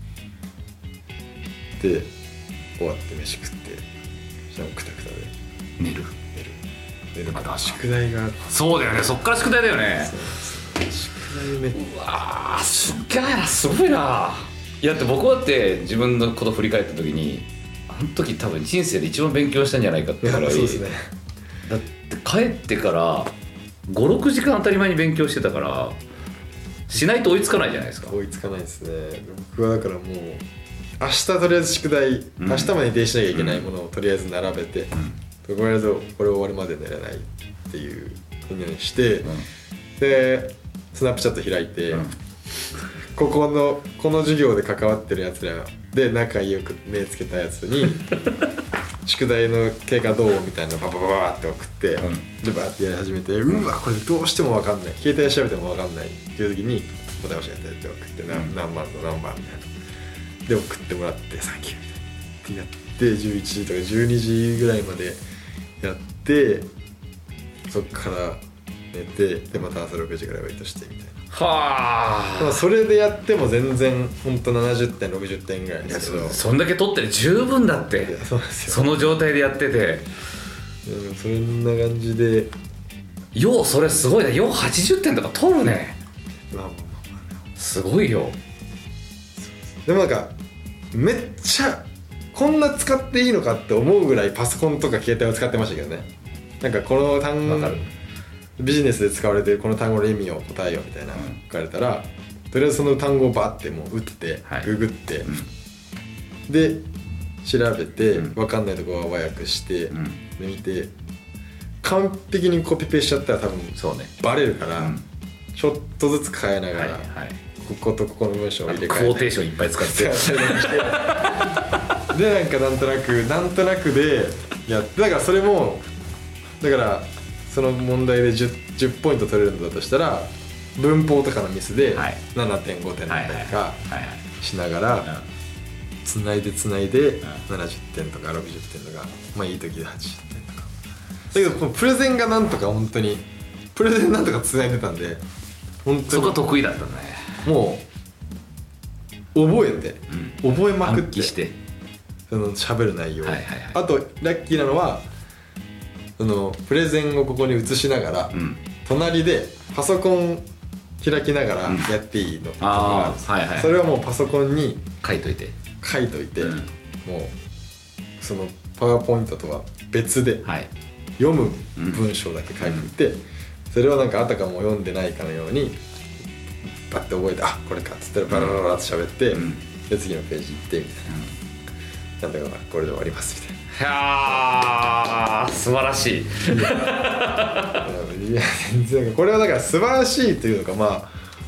で終わって飯食って、じゃあクタクタで寝る寝る寝る。また宿題が。 そうだよね。そっから宿題だよね。 そうです。宿題めっうわーすっげえな、すごいな。いやだって僕だって自分のこと振り返った時にあの時多分人生で一番勉強したんじゃないかってぐらい。 そうですね。 だって帰ってからご、ろくじかん当たり前に勉強してたからしないと追いつかないじゃないですか。 追いつかないですね。僕はだからもう明日とりあえず宿題、うん、明日までに提出しなきゃいけないものをとりあえず並べて、うん、とりあえずこれ終わるまで寝れないっていうふうにして、うん、でスナップチャット開いて、うん、ここのこの授業で関わってるやつらで仲良く目つけたやつに宿題の経過どうみたいなのババババって送って、うん、でバーってやり始めて、うん、うわこれどうしても分かんない、携帯調べても分かんないっていう時に答え教えてって送って、うん、何番と何番みたいなで送ってもらってサンキューみたいなってやってじゅういちじとかじゅうにじぐらいまでやって、そっから寝て、でまた朝ろくじぐらいバイトしてみたいな。 はあ。 それでやっても全然ほんとななじゅってんろくじゅってんぐらいですけど、 そんだけ取ってる十分だって。 そうですよ。 その状態でやってて、 うん、そんな感じでようそれすごいな。ようはちじゅってんとか取るね。 まあまあまあまあすごいよ。 でもなんかめっちゃこんな使っていいのかって思うぐらいパソコンとか携帯を使ってましたけどね。なんかこの単語ビジネスで使われてるこの単語の意味を答えようみたいなの書かれたら、うん、とりあえずその単語をバッてもう打って、はい、ググって、うん、で調べて、うん、分かんないところは和訳して、うん、で見て完璧にコピペしちゃったら多分そうねバレるから、うん、ちょっとずつ変えながら、はいはい、こことここの文章を入れ替えてクォーテーションいっぱい使ってでなんかなんとなくなんとなくでやって、だからそれもだからその問題で 10, じゅっポイント取れるんだとしたら文法とかのミスで ななてんごてんだったりとかしながらつないでつないでななじゅってんとかろくじゅってんとか、まあいい時ではちじゅってんとかだけどこのプレゼンがなんとか本当にプレゼンなんとかつないでたんで本当にそこ得意だったね。 もう覚えて、うん、覚えまくって暗記してその喋る内容、はいはいはい、あとラッキーなのはそのプレゼンをここに映しながら、うん、隣でパソコン開きながらやっていいの、うん、あー、はいはい、それはもうパソコンに書いといて書いといて、うん、もうそのパワーポイントとは別で、はい、読む文章だけ書いていて、うん、それをなんかあたかも読んでないかのようにパッて覚えて、あこれかっつったらバラバラバラって喋って、うん、で次のページ行ってみたいな、うん、なんだかこれで終わりますみたいな。 いやー素晴らしいいや全然これはだから素晴らしいというのか、まあ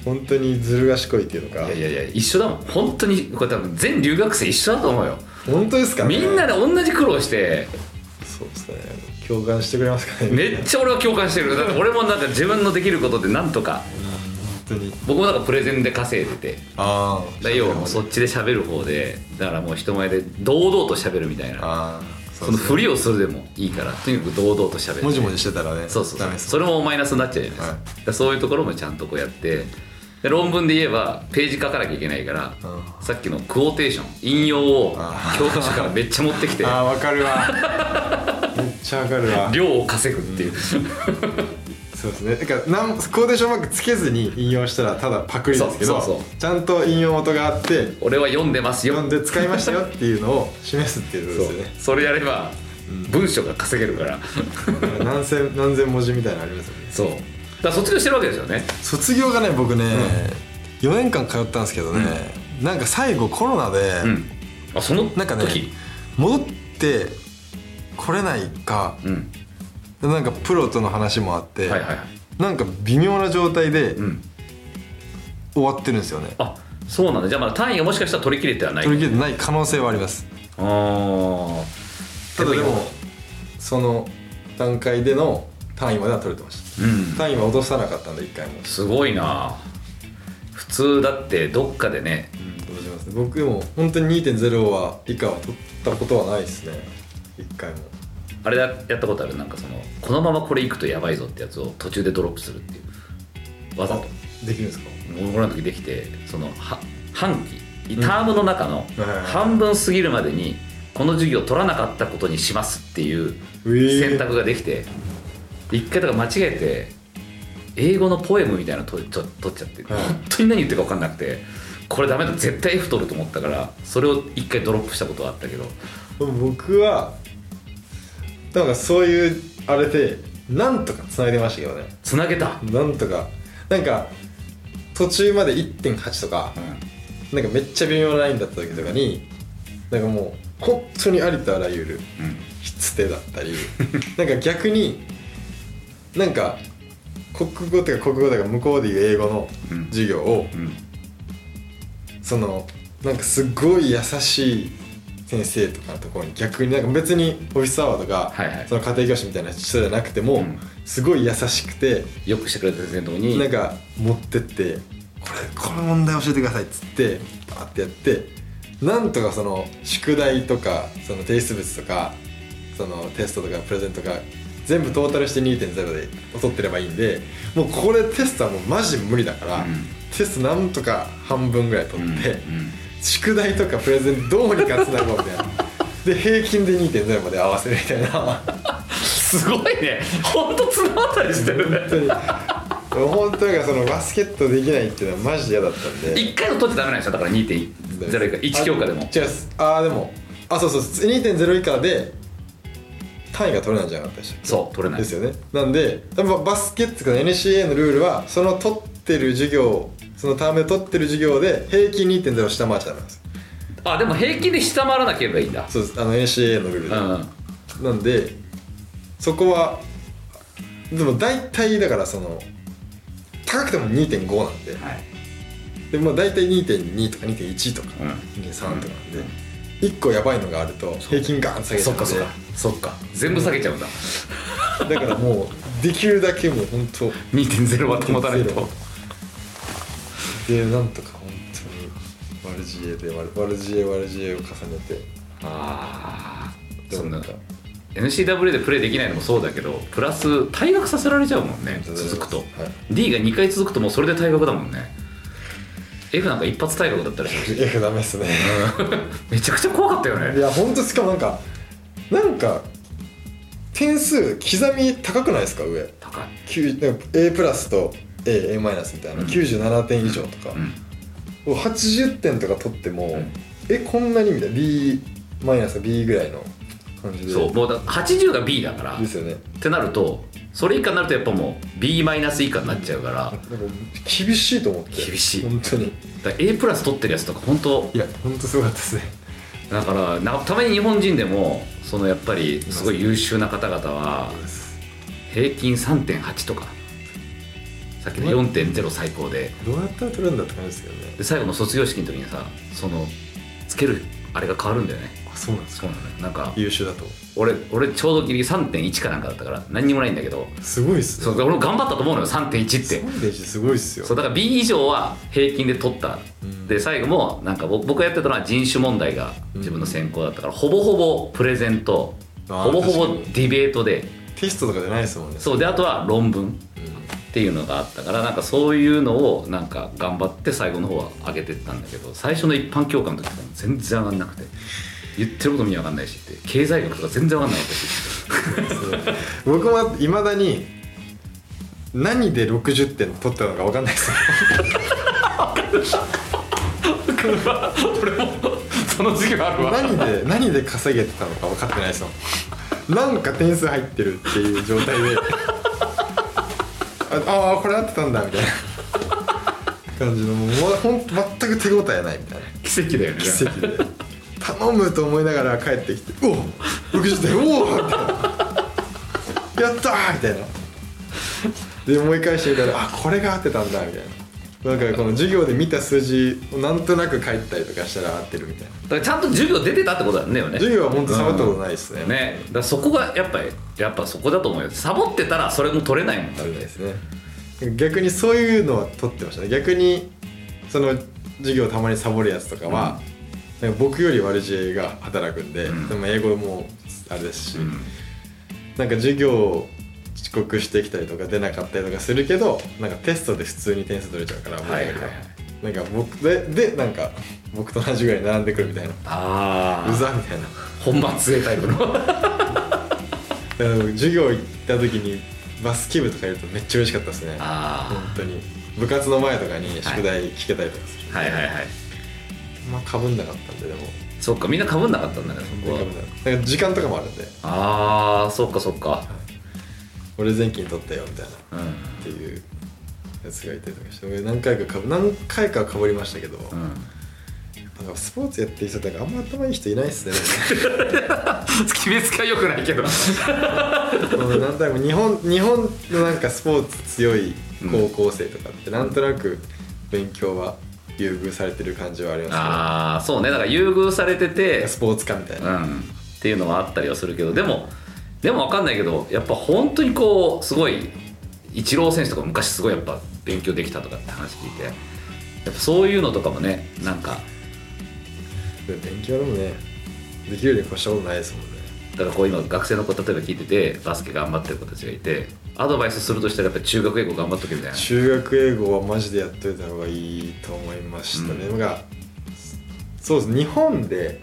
本当にずる賢いっていうのか。 いやいやいや一緒だもん本当に。これ多分全留学生一緒だと思うよ。 本当ですかね。 みんなで同じ苦労して。 そうですね。共感してくれますかね。 めっちゃ俺は共感してる。だって俺もなんか自分のできることでなんとか、 うん、本当に僕もなんかプレゼンで稼いでて、 あだ要はもうそっちで喋る方で、だからもう人前で堂々と喋るみたいな。あそのふりをするでもいいからとにかく堂々と喋る。 もじもじしてたらね。 そうそうそう。それもマイナスになっちゃうじゃないですか。はい、だそういうところもちゃんとこうやって。で論文で言えばページ書かなきゃいけないから、うん、さっきのクオーテーション引用を教科書からめっちゃ持ってきてああ分かるわめっちゃ分かるわ。 量を稼ぐっていう、うん、 そうですね。だからなんクオーテーションマークつけずに引用したらただパクリですけど、そうそうそうちゃんと引用元があって俺は読んでますよ読んで使いましたよっていうのを示すっていうことですよね。 そ, それやれば文章が稼げるから何千何千文字みたいなのありますよね。 そうだから卒業してるわけですよね。 卒業がね僕ね、うん、よねんかん通ったんですけどね、うん、なんか最後コロナで、うん、 あその時なんかね戻ってこれないか、うん、なんかプロとの話もあって、はいはいはい、なんか微妙な状態で、うん、終わってるんですよね。 あそうなんだ。じゃあまだ単位がもしかしたら取り切れてはない。 取り切れてない可能性はあります。あただでもその段階での単位までは取れてました、うん、単位は落とさなかったんでいっかいも。 すごいな。普通だってどっかでね、 うん、どうしますね。僕も本当に にてんゼロ は以下は取ったことはないですねいっかいも。 あれやったことある。なんかそのこのままこれいくとやばいぞってやつを途中でドロップするっていうわざとできるんですか。 俺の時できて、そのは半期タームの中の半分過ぎるまでにこの授業取らなかったことにしますっていう選択ができて、一回とか間違えて英語のポエムみたいなの取っちゃって、はい、本当に何言ってるか分かんなくてこれダメだ絶対 F 取ると思ったからそれを一回ドロップしたことはあったけど、 僕はなんかそういうあれでなんとかつないでましたけどね。 つなげたなんとかなんか途中まで いってんはち とか、うん、なんかめっちゃ微妙なラインだった時とかになんかもう本当にありとあらゆる筆手だったり、うん、なんか逆になんか国語とか国語とか向こうでいう英語の授業を、うんうん、そのなんかすごい優しい先生とかのところに逆になんか別にオフィスアワーとか、はいはい、その家庭教師みたいな人じゃなくても、うん、すごい優しくてよくしてくれた先生のところになんか持ってってこれこの問題教えてくださいっつってバーってやってなんとかその宿題とかその提出物とかそのテストとかプレゼントとか全部トータルして にてんゼロ で取ってればいいんで、もうこれテストはもうマジ無理だから、うん、テストなんとか半分ぐらい取って、うんうん、宿題とかプレゼントどうにかつなごうみたいなで平均で にてんゼロ まで合わせるみたいなすごいね。ほんと綱渡りしてるね本当に本当にそのバスケットできないっていうのはマジ嫌だったんでいっかいも取っちゃダメなんですよ。だから にてんゼロ 以下いち教科でも違うああでもあそうそう にてんゼロ 以下で単位が取れないんじゃなかったでしたっけ。 そう取れないですよね。なんでバスケットとか エヌシーエー のルールはその取ってる授業そのタームで取ってる授業で平均 にてんゼロ 下回っちゃダメなんです。 あでも平均で下回らなければいいんだ。 そうです。あの エヌシーエー のルールで、うん、なんでそこはでも大体だからその高くても にてんご なんで、はい、でも大体 にてんに とか にてんいち とか、うん、にてんさん とかなんで、うんいっこやばいのがあると平均ガーン下げちゃうんで。 そっかそっかそっか全部下げちゃうんだだからもうできるだけもう本当にてんゼロ は保たないとでなんとか本当に悪知恵で悪知恵悪知恵を重ねてああそんな エヌシーダブリュー でプレーできないのもそうだけどプラス退学させられちゃうもんね続くと、はい、D がにかい続くともうそれで退学だもんね。F なんか一発退学だったらしい。 F ダメっすねめちゃくちゃ怖かったよね。 いや本当しかもなんかなんか点数刻み高くないですか上高い A プラスと A、A マイナスみたいな、うん、きゅうじゅうななてん以上とか、うん、はちじゅってんとか取っても、うん、えこんなにみたいな B マイナス B ぐらいの感じでそうもうだはちじゅうが B だからですよねってなるとそれ以下になるとやっぱもう B マイナス以下になっちゃうからなんか厳しいと思って厳しい本当にだから A プラス取ってるやつとか本当いや本当すごかったですね。 だからなんかたまに日本人でもそのやっぱりすごい優秀な方々は平均 さんてんはち とかさっきの よんてんゼロ 最高でどうやったら取れるんだって感じですけどね。 で最後の卒業式の時にさそのつけるあれが変わるんだよね。 あ、そうなんですか。 そうなのよ。なんか優秀だと。 俺俺ちょうどギリ さんてんいち かなんかだったから何にもないんだけど、 すごいっすね。 そう俺も頑張ったと思うのよ さんてんいち って。 さんてんいち すごいっすよ。 そうだから B 以上は平均で取った、うん、で最後もなんか僕がやってたのは人種問題が自分の専攻だったから、うん、ほぼほぼプレゼント、ほぼほぼディベートでテストとかじゃないですもんね。 そうであとは論文っていうのがあったから、なんかそういうのをなんか頑張って最後の方は上げてったんだけど、最初の一般教科の時とかも全然上がんなくて、言ってること見分かんないしって経済学とか全然分かんなかったし僕もいまだに何でろくじゅってん取ったのか分かんないです俺もその授業あるわ。 何で何で稼げてたのか分かってないですもん。なんか点数入ってるっていう状態でああこれ合ってたんだみたいな感じの、もうほんと全く手応えないみたいな。 奇跡だよね。 奇跡で頼むと思いながら帰ってきて「おおろくじゅってんおお!」みたいな「やったー!」みたいなで思い返してみたら「あこれが合ってたんだ」みたいな。なんかこの授業で見た数字をなんとなく書いたりとかしたら合ってるみたいな。 だからちゃんと授業出てたってことだよね。 授業は本当サボったことないですね。 うん、ね。だからそこがやっぱりやっぱそこだと思うよ。サボってたらそれも取れないもんだって。 ですね。逆にそういうのは取ってましたね。逆にその授業たまにサボるやつとかは、うん、なんか僕より悪知恵が働くんで、うん、でも英語もあれですし、うん、なんか授業遅刻してきたりとか出なかったりとかするけど、なんかテストで普通に点数取れちゃうから、はいはいはい、なんか僕ででなんか僕と同じぐらい並んでくるみたいな、 あうざみたいな、 本番強いタイプのだから授業行った時にバスケ部とかいるとめっちゃ嬉しかったですね。 あ本当に部活の前とかに宿題聞けたりとかする、 はい、はいはいはい。 まあかぶんなかったんで。でもそっか、みんなかぶんなかったんだねそこは。 なんか時間とかもあるんで、 ああそっかそっか、 俺前期に取ったよみたいな、うん、っていうやつがいたりとかして、俺何回かかぶ何回かかぶりましたけど、うん、なんかスポーツやってる人ってあんま頭いい人いないっすね決めつけは良くないけどなんだろう、日本日本のなんかスポーツ強い高校生とかってなんとなく勉強は優遇されてる感じはありますね。 ああそうね、だから優遇されててスポーツ科みたいな、 うん、っていうのはあったりはするけど、でもでも分かんないけど、やっぱ本当にこうすごいイチロー選手とか昔すごいやっぱ勉強できたとかって話聞いて、やっぱそういうのとかもね、なんか勉強でもねできるように越したことないですもんね。 だからこう今学生の子例えば聞いててバスケ頑張ってる子たちがいて、アドバイスするとしたらやっぱり中学英語頑張っとけみたいな。 中学英語はマジでやっといた方がいいと思いましたね、うん、がそうです。日本で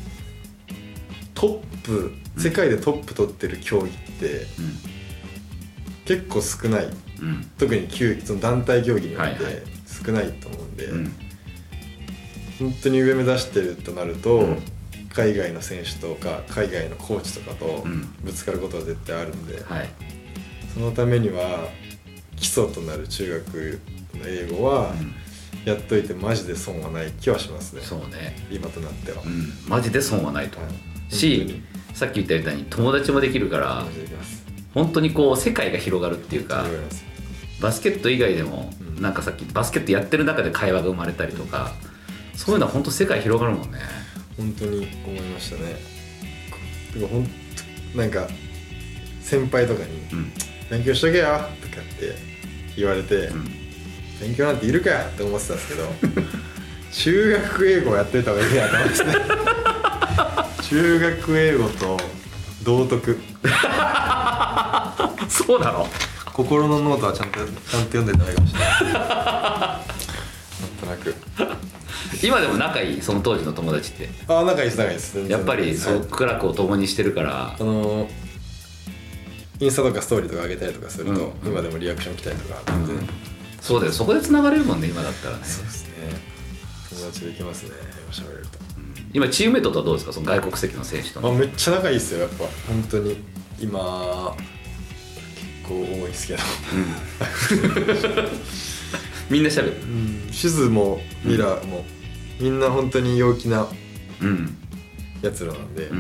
トップ、うん、世界でトップ取ってる競技って、うん、結構少ない、うん、特に球その団体競技において少ないと思うんで、はいはい、本当に上目指してるとなると、うん、海外の選手とか海外のコーチとかとぶつかることは絶対あるんで、うんはい、そのためには基礎となる中学の英語はやっといてマジで損はない気はしますね。 そうね、 今となっては、 うん、マジで損はないと思う、はい、しさっき言ったみたいに友達もできるから本当にこう世界が広がるっていうか、バスケット以外でも、うん、なんかさっきバスケットやってる中で会話が生まれたりとか、そういうのは本当世界広がるもんね。 本当に思いましたね。てかほんとなんか先輩とかに、うん、勉強しとけよとかって言われて、うん、勉強なんているかよって思ってたんですけど中学英語をやっといた方がいいなと思いますね中学英語と道徳そうなの？ 心のノートはちゃんとちゃんと読んでた方がいいかもしれないなんとなく今でも仲いい？その当時の友達って。 ああ仲いいです仲いいです。 やっぱりそう苦楽を共にしてるから、 あのインスタとかストーリーとか上げたりとかすると、うん、今でもリアクション来たりとか全然、うん、 そうだよ、そこで繋がれるもんね今だったらね。 そうですね、友達できますね喋れると、うん、 今チームメイトとはどうですか、その外国籍の選手との。 あめっちゃ仲いいですよやっぱ本当に今結構多いですけど、 うん、みんな喋る、 うん、シズもミラーも、うん、みんな本当に陽気なやつらなんで、うん、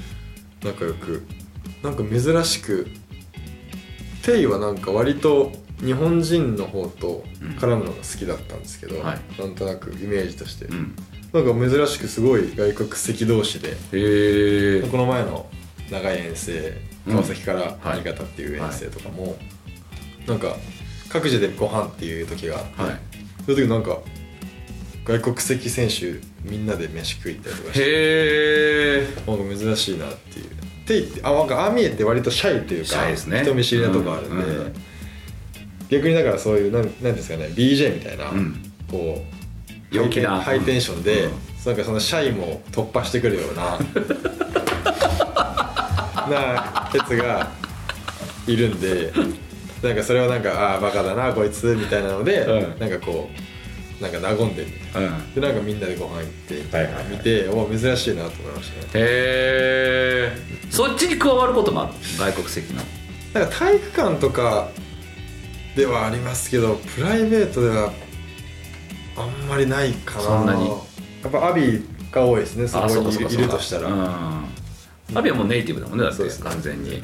仲良くなんか珍しくテイはなんか割と日本人の方と絡むのが好きだったんですけど、うんはい、なんとなくイメージとして、うん、なんか珍しくすごい外国籍同士で、へこの前の長い遠征川崎から新潟っていう遠征とかも、うんはい、なんか各自でご飯っていう時があって、はい、その時なんか外国籍選手みんなで飯食いたりとかして、へーなんか珍しいなっていうって言ってあなんかああ見えて割とシャイというか、ね、人見知りなとこあるんで、うんうん、逆にだからそういうなんなんですかね ビージェー みたいな、うん、こう陽気なハイテンションで、うん、なんかそのシャイも突破してくるようななやつがいるんでなんかそれはなんかああバカだなこいつみたいなので、うん、なんかこうなんか和んでるみたいな、うん、でなんかみんなでご飯行ってみたいな見て、はいはいはい、お珍しいなと思いましたね。へえそっちに加わることもある外国籍のなんか体育館とかではありますけどプライベートではあんまりないかな。そんなにやっぱアビが多いですねそこにい る, いるとしたら、うん、 アビはもうネイティブだもんねだって完全に、はいうん、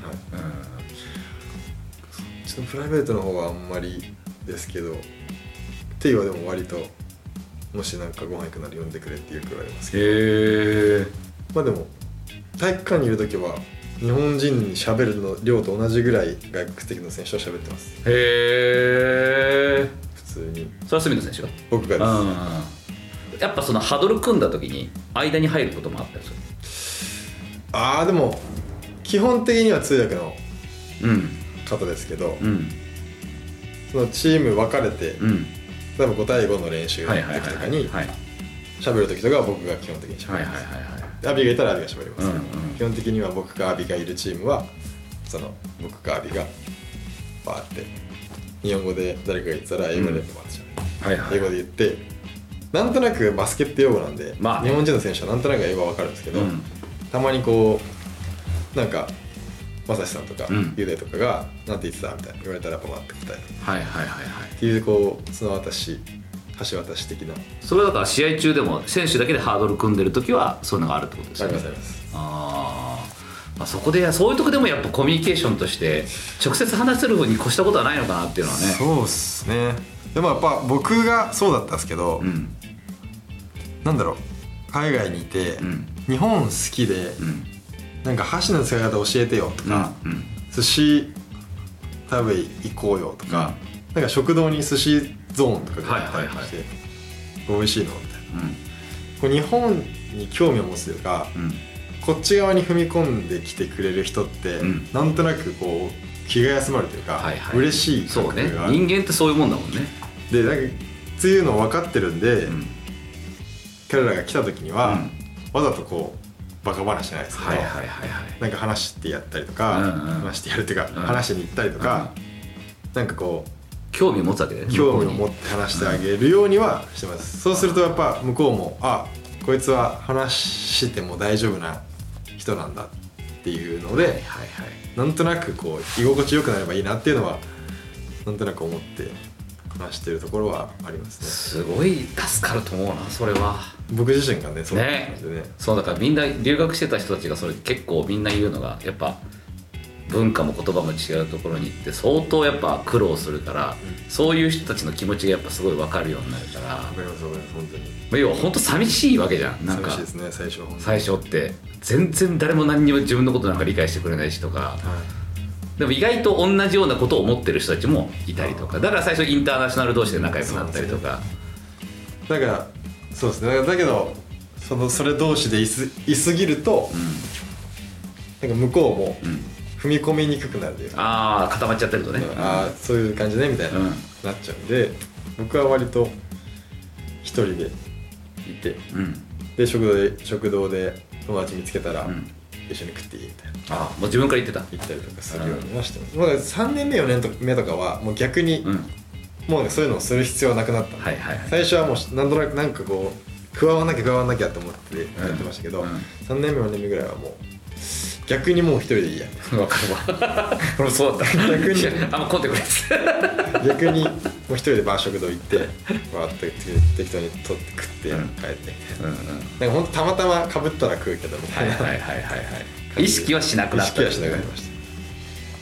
そのプライベートの方はあんまりですけどテイはでも割ともしなんかご飯行くなら呼んでくれってよく言われますけどへーまあでも体育館にいるときは日本人に喋るの量と同じぐらい外国籍の選手は喋ってます。へー普通にそれは隅野選手が僕がですやっぱそのハドル組んだときに間に入ることもあったりする。 ああでも基本的には通訳の方ですけど、うん、そのチーム分かれて、うん、例えばご対ごの練習の時とかに喋る時とかは僕が基本的に喋ります。アビがいたらアビが喋りますけど、うんうん、基本的には僕かアビがいるチームはその僕かアビがバーって日本語で誰かが言ってたら英語でバーって喋る、うんはいはい、英語で言ってなんとなくバスケって用語なんで、まあね、日本人の選手はなんとなく英語は分かるんですけど、うん、たまにこうなんかまさしさんとか、うん、ゆでとかがなんて言ってたみたいな言われたらバーって答える、はいはいはいはい、っていうこうその私橋渡し的なそれだから試合中でも選手だけでハードル組んでる時はそういうのがあるってことですよね。 ありますありますあ、まあそこでそういうとこでもやっぱコミュニケーションとして直接話せる方に越したことはないのかなっていうのはね。 そうっすね。でもやっぱ僕がそうだったんですけど、うん、なんだろう海外にいて、うん、日本好きで、うん、なんか箸の使い方教えてよとか、うんうん、寿司食べ行こうよとか、うん、なんか食堂に寿司ゾーンとかがあったりして、はいはいはい、美味しいのみたいな、うん、こう日本に興味を持つというか、うん、こっち側に踏み込んできてくれる人って、うん、なんとなくこう気が休まるというか、はいはい、嬉しい感覚がある。 そうね、人間ってそういうもんだもんね。 でなんかっていうのを分かってるんで、うん、彼らが来た時には、うん、わざとこうバカ話じゃないですけど、はいはいはいはい、なんか話してやったりとか、うんうん、話してやるっていうか、うん、話しに行ったりとか、うん、なんかこう興味を持つわけで、ね、 興味を持って話してあげるようにはしてます、うん、そうするとやっぱ向こうもあこいつは話しても大丈夫な人なんだっていうので、はいはいはい、なんとなくこう居心地よくなればいいなっていうのはなんとなく思って話してるところはありますね。 すごい助かると思うなそれは。 僕自身がねそうなんですよね。 そうだからみんな留学してた人たちがそれ結構みんな言うのがやっぱ文化も言葉も違うところに行って相当やっぱ苦労するから、うん、そういう人たちの気持ちがやっぱすごい分かるようになるから。分かります分かります本当に。要は本当寂しいわけじゃん。なんか寂しいですね最初。 最初って全然誰も何にも自分のことなんか理解してくれないしとか、はい、でも意外と同じようなことを思ってる人たちもいたりとか、だから最初インターナショナル同士で仲良くなったりとか。 だからそうですね。だけどそのそれ同士でいすいすぎると、うん、なんか向こうも、うん踏み込みにくくなるというか、 ああ固まっちゃってるとね、 うん、ああそういう感じねみたいな、うん、なっちゃうんで僕は割と一人でいて、うん、で食堂で食堂で友達見つけたら、うん、一緒に食っていいみたいな、 ああもう自分から言ってた言ったりとかするようにはしてます、うん、さんねんめよねんめとかはもう逆に、うん、もう、ね、そういうのをする必要はなくなったんで、はいはいはい、最初はもうなんとなくなんかこう加わらなきゃ加わらなきゃと思ってやってましたけど、うんうん、さんねんめよねんめぐらいはもう逆にもう一人でいいや分かるわ俺もそうだった逆にあんま混んでくれ逆にもう一人でバー食堂行ってわーって適当に取って食って帰って、うん、なんかほんとたまたまかぶったら食うけどみたいな、はいはいはいはいはい、意識はしなくなった、 意識はしなくなりまし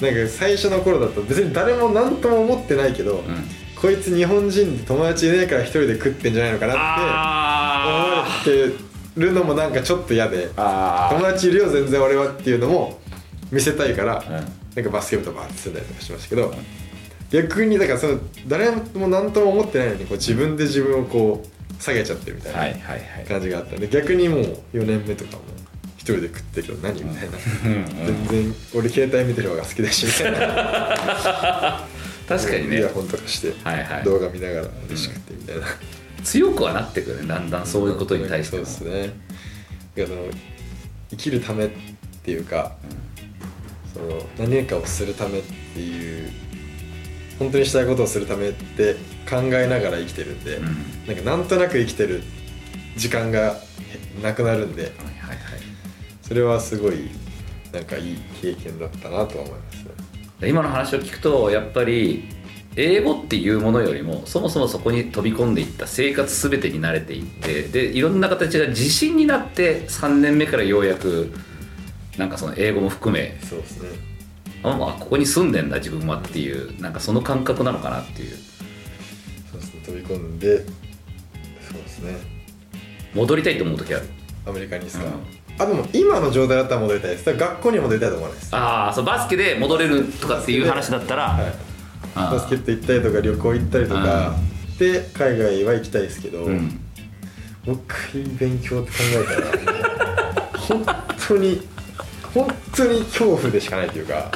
なんか最初の頃だと別に誰も何とも思ってないけど、うん、こいつ日本人で友達いねえから一人で食ってんじゃないのかなって思われてるのもなんかちょっと嫌で、友達いるよ全然俺はっていうのも見せたいから、うん、なんかバスケ部とバーってすんだりとかしましたけど、うん、逆にだからその誰も何とも思ってないのにこう自分で自分をこう下げちゃってるみたいな感じがあったんで、逆にもうよねんめとかも一人で食ってるけど何みたいな、全然俺携帯見てる方が好きだしみたいな確かにね、 イヤホンとかして動画見ながら飯食ってみたいな、 強くはなってくるね、だんだんそういうことに対しても。 そうですね。だからその生きるためっていうか、その何かをするためっていう本当にしたいことをするためって考えながら生きてるんで、うん、なんかなんとなく生きてる時間がなくなるんで、はいはいはい、それはすごいなんかいい経験だったなとは思いますね。 今の話を聞くとやっぱり英語っていうものよりもそもそもそこに飛び込んでいった生活全てに慣れていって、でいろんな形が自信になってさんねんめからようやくなんかその英語も含め、 そうですね、 あ、まあ、ここに住んでんだ自分はっていうなんかその感覚なのかなっていう。 そうですね、飛び込んで、そうですね、 戻りたいと思う時ある？ アメリカにですか？うん、あ、でも今の状態だったら戻りたいです。だから学校にも戻りたいと思わないです。 ああ、そう、バスケで戻れるとかっていう話だったら、はい、 バスケット行ったりとか旅行行ったりとかで海外は行きたいですけど、うん、もう一回勉強って考えたら本当に本当に恐怖でしかないというか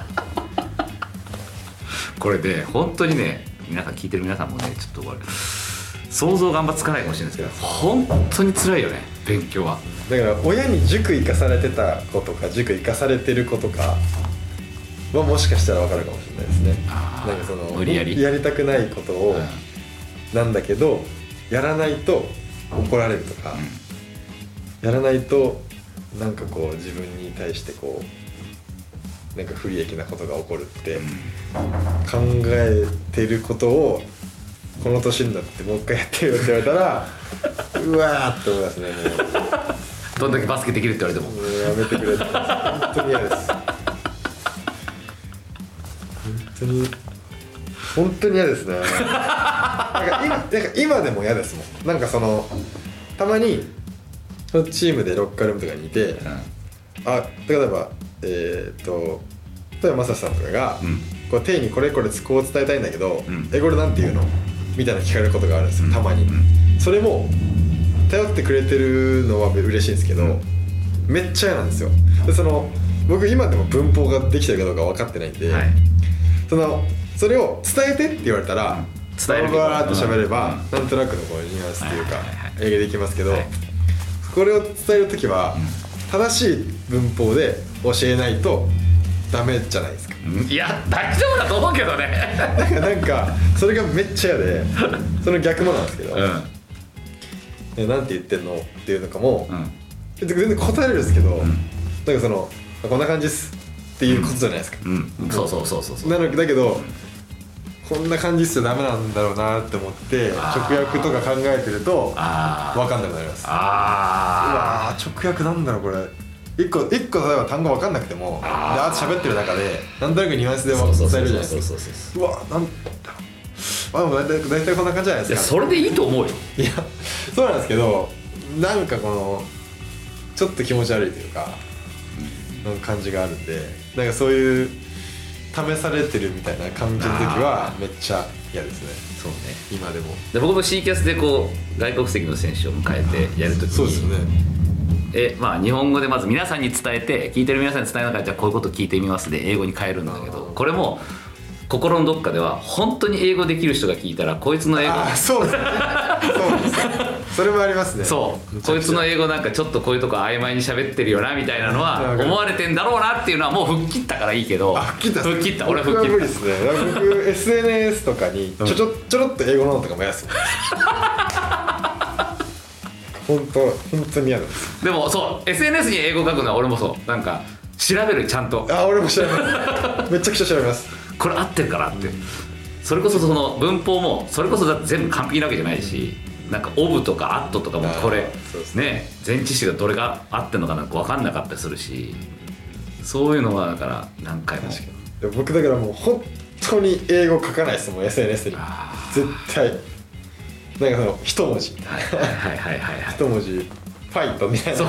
これで本当にね、皆さん聞いてる皆さんもね、ちょっと想像があんまつかないかもしれないですけど、本当に辛いよね、勉強は。 だから親に塾行かされてた子とか塾行かされてる子とかはもしかしたら分かるかもしれないですね。なんかその無理やりやりたくないことを、うん、なんだけどやらないと怒られるとか、うん、やらないとなんかこう自分に対してこうなんか不利益なことが起こるって考えてることをこの年になってもう一回やってるよって言われたらうわーって思いますね。もうどんだけバスケできるって言われても、 もうやめてくれって本当に嫌です。本当に本当に嫌ですね。なんか 今, なんか今でも嫌ですもん。なんかそのたまにチームでロッカールームとかにいて、うん、あ、例えばえー、っと例えばマサさんとかが、うん、こう手にこれこれこう伝えたいんだけど、うん、えこれなんて言うのみたいな聞かれることがあるんですよ、たまに、うん、それも頼ってくれてるのは嬉しいんですけど、うん、めっちゃ嫌なんですよ。でその僕今でも文法ができてるかどうか分かってないんで、はい、そのそれを伝えてって言われたら、うん、伝えるバーって喋れば、うん、なんとなくのこうニュアンスっていうか、はいはいはい、英語できますけど、はい、これを伝えるときは、うん、正しい文法で教えないとダメじゃないですか。 いや大丈夫だと思うけどね。 なんかそれがめっちゃ嫌で、その逆もなんですけど、うん、なんて言ってんのっていうのかも、うん、全然答えれるんですけど、うん、なんかそのこんな感じっすっていうことじゃないですか、 うんうん、そうそうそうそうそう。 なのだけど、うん、こんな感じっすよダメなんだろうなって思って直訳とか考えてると分かんなくなります。あうわ直訳なんだろうこれ一個一個例えば単語分かんなくてもであと喋ってる中でなんとなくニュアンスで伝えるじゃないですか。うわなんだあでも大体大体こんな感じじゃないですか。 いやそれでいいと思うよ。 いやそうなんですけどなんかこのちょっと気持ち悪いというかの感じがあるんで、なんかそういう試されてるみたいな感じの時はめっちゃ嫌ですね。 そうね、 今でもで僕も C キャスでこう外国籍の選手を迎えてやるときにそうですよね。 えまあ、日本語でまず皆さんに伝えて聞いてる皆さんに伝えながらじゃあこういうこと聞いてみますで英語に変えるんだけど、これも心のどっかでは本当に英語できる人が聞いたらこいつの英語あそうですねそうですそれもありますね。 そうこいつの英語なんかちょっとこういうとこ曖昧に喋ってるよなみたいなのは思われてんだろうなっていうのはもう吹っ切ったからいいけど。 あ吹っ切った吹っ切った俺は吹っ切った。 僕は無理ですね。僕 エスエヌエス とかにちょちょちょろっと英語ののとかも嫌ですもん本当本当に嫌なんです。 でもそう エスエヌエス に英語書くのは俺もそうなんか調べるちゃんと。 あ俺も調べますめちゃくちゃ調べます。 これ合ってるかなって、うん、それこそその文法もそれこそだって全部完璧なわけじゃないし、なんかオブとかアットとかもこれね前置詞がどれが合ってるのかなんか分かんなかったりするし、そういうのはだから何回も僕だからもう本当に英語書かないですもん エスエヌエス に絶対なんかその一文字はいはいはいはいはい一文字ファイトみたいな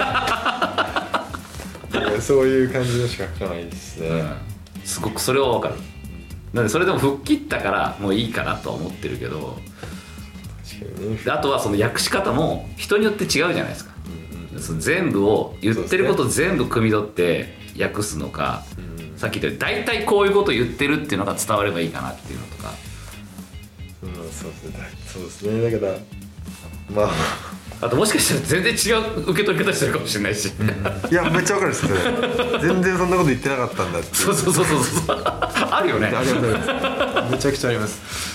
そうそういう感じのしか書かないですね、うん、 すごくそれは分かる。なんでそれでも吹っ切ったからもういいかなとは思ってるけど、確かに、ね、あとはその訳し方も人によって違うじゃないですか、うんうん、その全部を言ってることを全部汲み取って訳すのか、うん、さっき言ったように大体こういうことを言ってるっていうのが伝わればいいかなっていうのとか、 うん、そうですね、そうですね。だけどまああともしかしたら全然違う受け取り方してるかもしれないし、うん、 いやめっちゃわかるですね全然そんなこと言ってなかったんだってそうそうそうそうそうあるよね。 ありますめちゃくちゃあります。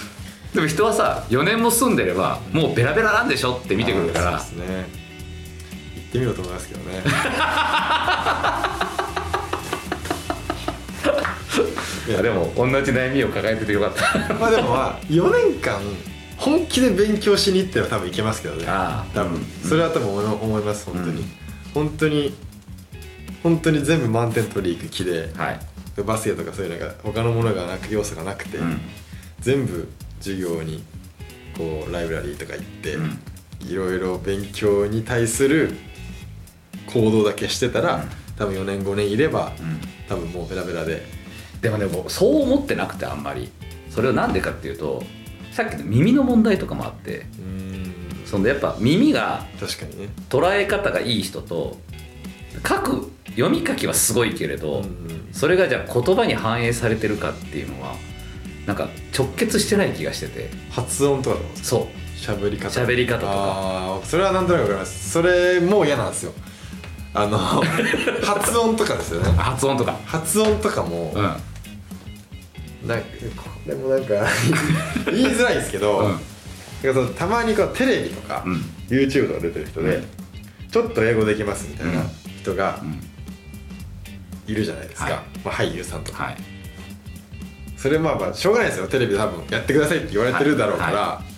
でも人はさよねんも住んでればもうベラベラなんでしょって見てくるから、 そうですね、言ってみようと思いますけどねいやでも同じ悩みを抱えててよかったまあでもまあよねんかん本気で勉強しに行っては多分いけますけどね。 あ多分、うん、それは多分思います本当に、うん、本当に本当に全部満点取り行く気で、はい、バスケとかそういうのが他のものがなく要素がなくて、うん、全部授業にこうライブラリーとか行って、うん、いろいろ勉強に対する行動だけしてたら、うん、多分よねんごねんいれば、うん、多分もうベラベラで。 でもねもうそう思ってなくてあんまりそれはなんでかっていうとさっきの耳の問題とかもあって、うーんそのやっぱ耳が確かにね捉え方がいい人と書く読み書きはすごいけれど、うんうん、それがじゃあ言葉に反映されてるかっていうのはなんか直結してない気がしてて。 発音とかですか。 そう喋り方喋り方とか。 あそれはなんとなく分かります。それもう嫌なんですよあの発音とかですよね発音とか発音とかも、うんなんかでもなんか言いづらいですけど、うん、なんかそのたまにこうテレビとか、うん、YouTube とか出てる人で、うん、ちょっと英語できますみたいな人がいるじゃないですか、うんはいまあ、俳優さんとか、はい、それまあまあしょうがないですよ。テレビで多分やってくださいって言われてるだろうから、はいはい、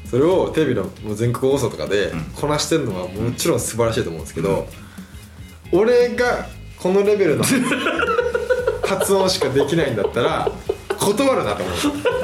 それをテレビのもう全国放送とかでこなしてるのはもちろん素晴らしいと思うんですけど、うん、俺がこのレベルの発音しかできないんだったら断るなと思う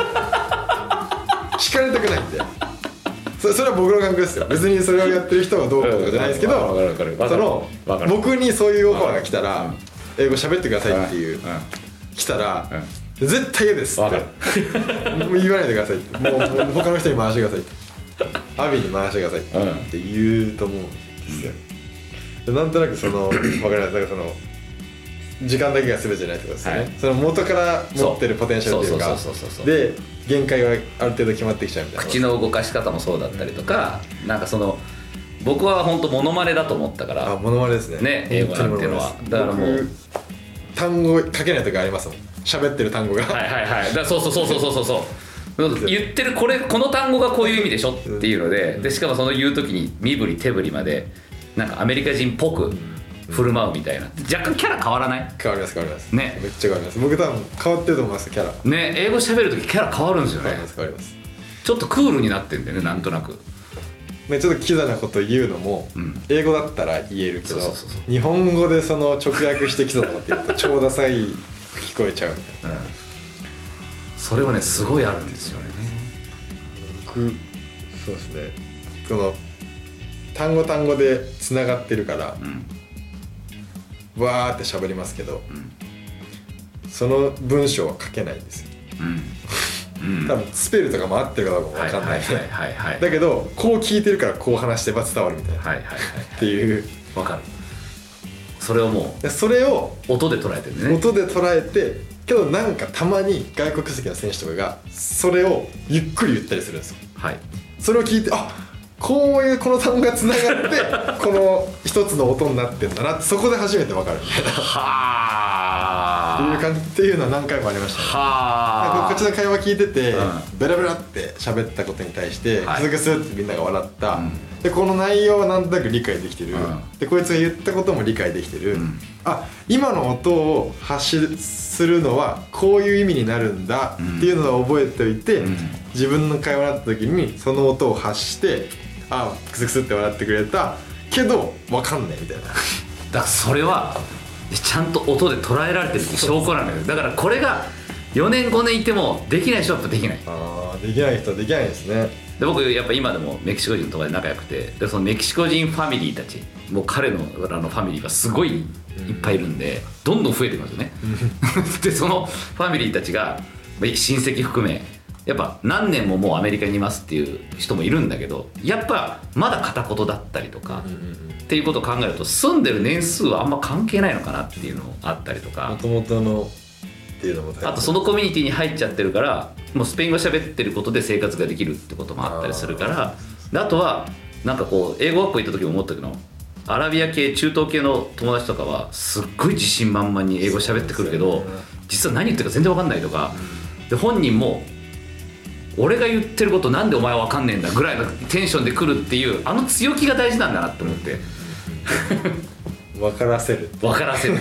聞かれたくないんで そ, それは僕の感覚ですよ。別にそれをやってる人はどうこうとかじゃないですけど、その僕にそういうオファーが来たら英語喋ってくださいっていう来たら絶対嫌ですってもう言わないでくださいってもう他の人に回してくださいってアビに回してくださいって言うと思うんですよ。なんとなくその分かります。だからその時間だけが全てじゃないってことですよね、はい、その元から持ってるポテンシャルというかで限界はある程度決まってきちゃうみたいな。 口の動かし方もそうだったりとか、うん、なんかその僕は本当モノマネだと思ったから。 あモノマネですね。 ね英語なんていうのはだからもう単語書けない時ありますもん。喋ってる単語がはいはいはいだそうそうそうそうそうそう言ってるこれこの単語がこういう意味でしょっていうので、でしかもその言う時に身振り手振りまでなんかアメリカ人っぽく振る舞うみたいな。若干キャラ変わらない？ 変わります変わりますね。 めっちゃ変わります。僕多分変わってると思いますキャラね。英語喋るときキャラ変わるんですよね。 変わります変わります。 ちょっとクールになってんだよねなんとなくね。ちょっとキザなこと言うのも、うん、英語だったら言えるけどそうそうそうそう日本語でその直訳してキザなことって言うと超ダサい聞こえちゃうみたいな、うん、 それはねすごいあるんですよね。 僕そうですねその単語単語でつながってるから、うんわーって喋りますけど、うん、その文章は書けないんですよ、うんうん、多分スペルとかも合ってるかどうかも分かんないだけどこう聞いてるからこう話してば伝わるみたいな、はいはいはいはい、っていう分かる。それをもうそれを音で捉えてるね。 音で捉えてけどなんかたまに外国籍の選手とかがそれをゆっくり言ったりするんですよ、はい、それを聞いてあこういうこの単語がつながってこの一つの音になってんだなってそこで初めて分かるみたいなはっていう感じっていうのは何回もありましたね。はこっちの会話聞いてて、うん、ベラベラって喋ったことに対してクスクスってみんなが笑った、うん、でこの内容はなんとなく理解できてる、うん、でこいつが言ったことも理解できてる、うん、あ今の音を発するのはこういう意味になるんだっていうのを覚えておいて、うん、自分の会話になった時にその音を発してあクスクスって笑ってくれたけど分かんないみたいな。 だからそれはちゃんと音で捉えられてるって証拠なんだよ。だからこれがよねんごねんいてもできない人はできない。 ああ、できない人はできないですね。 で僕やっぱ今でもメキシコ人とかで仲良くて、でそのメキシコ人ファミリーたち、もう彼のあのファミリーがすごいいっぱいいるんで、どんどん増えてきますよねでそのファミリーたちが親戚含めやっぱ何年ももうアメリカにいますっていう人もいるんだけど、やっぱまだ片言だったりとか、うんうんうん、っていうことを考えると住んでる年数はあんま関係ないのかなっていうのもあったりとか、 もともとのっていうのもあとそのコミュニティに入っちゃってるから、もうスペイン語喋ってることで生活ができるってこともあったりするから、であとはなんかこう英語学校行った時も思ったけど、アラビア系中東系の友達とかはすっごい自信満々に英語喋ってくるけど、実は何言ってるか全然分かんないとか、で本人も俺が言ってることなんでお前は分かんねえんだぐらいのテンションで来るっていう、あの強気が大事なんだなって思って分からせる分からせる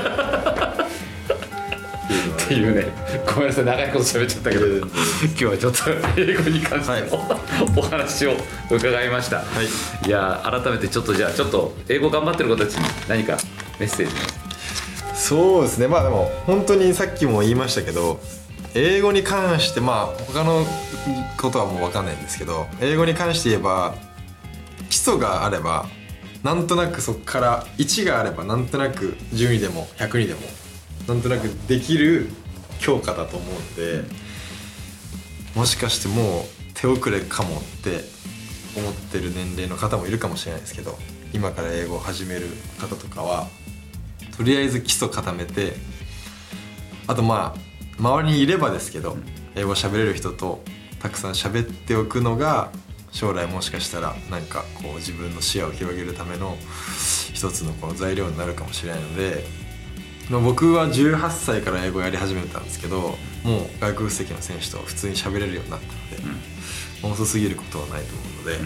っていうね。ごめんなさい、長いこと喋っちゃったけど今日はちょっと英語に関しての、はい、お話を伺いました、はい、いや改めてちょっとじゃあちょっと英語頑張ってる子たちに何かメッセージ。 そうですね、まあでも本当にさっきも言いましたけど、英語に関してまあ他のことはもう分かんないんですけど、英語に関して言えば基礎があればなんとなくそこからいちがあればなんとなくじゅうにでもひゃくにでもなんとなくできる強化だと思うんで、もしかしてもう手遅れかもって思ってる年齢の方もいるかもしれないですけど、今から英語を始める方とかはとりあえず基礎固めて、あとまあ周りにいればですけど英語喋れる人とたくさん喋っておくのが将来もしかしたらなんかこう自分の視野を広げるための一つのこの材料になるかもしれないので、僕はじゅうはっさいから英語をやり始めたんですけど、もう外国籍の選手と普通に喋れるようになったので、うん、遅すぎることはないと思うので、うん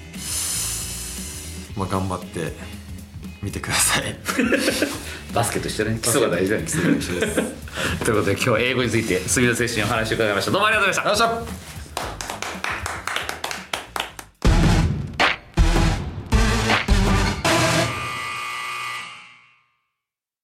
、まあ頑張って見てくださいバスケとしてね、基礎が大事だよね。ということで今日は英語について住田選手にお話を伺いました。どうもありがとうございました。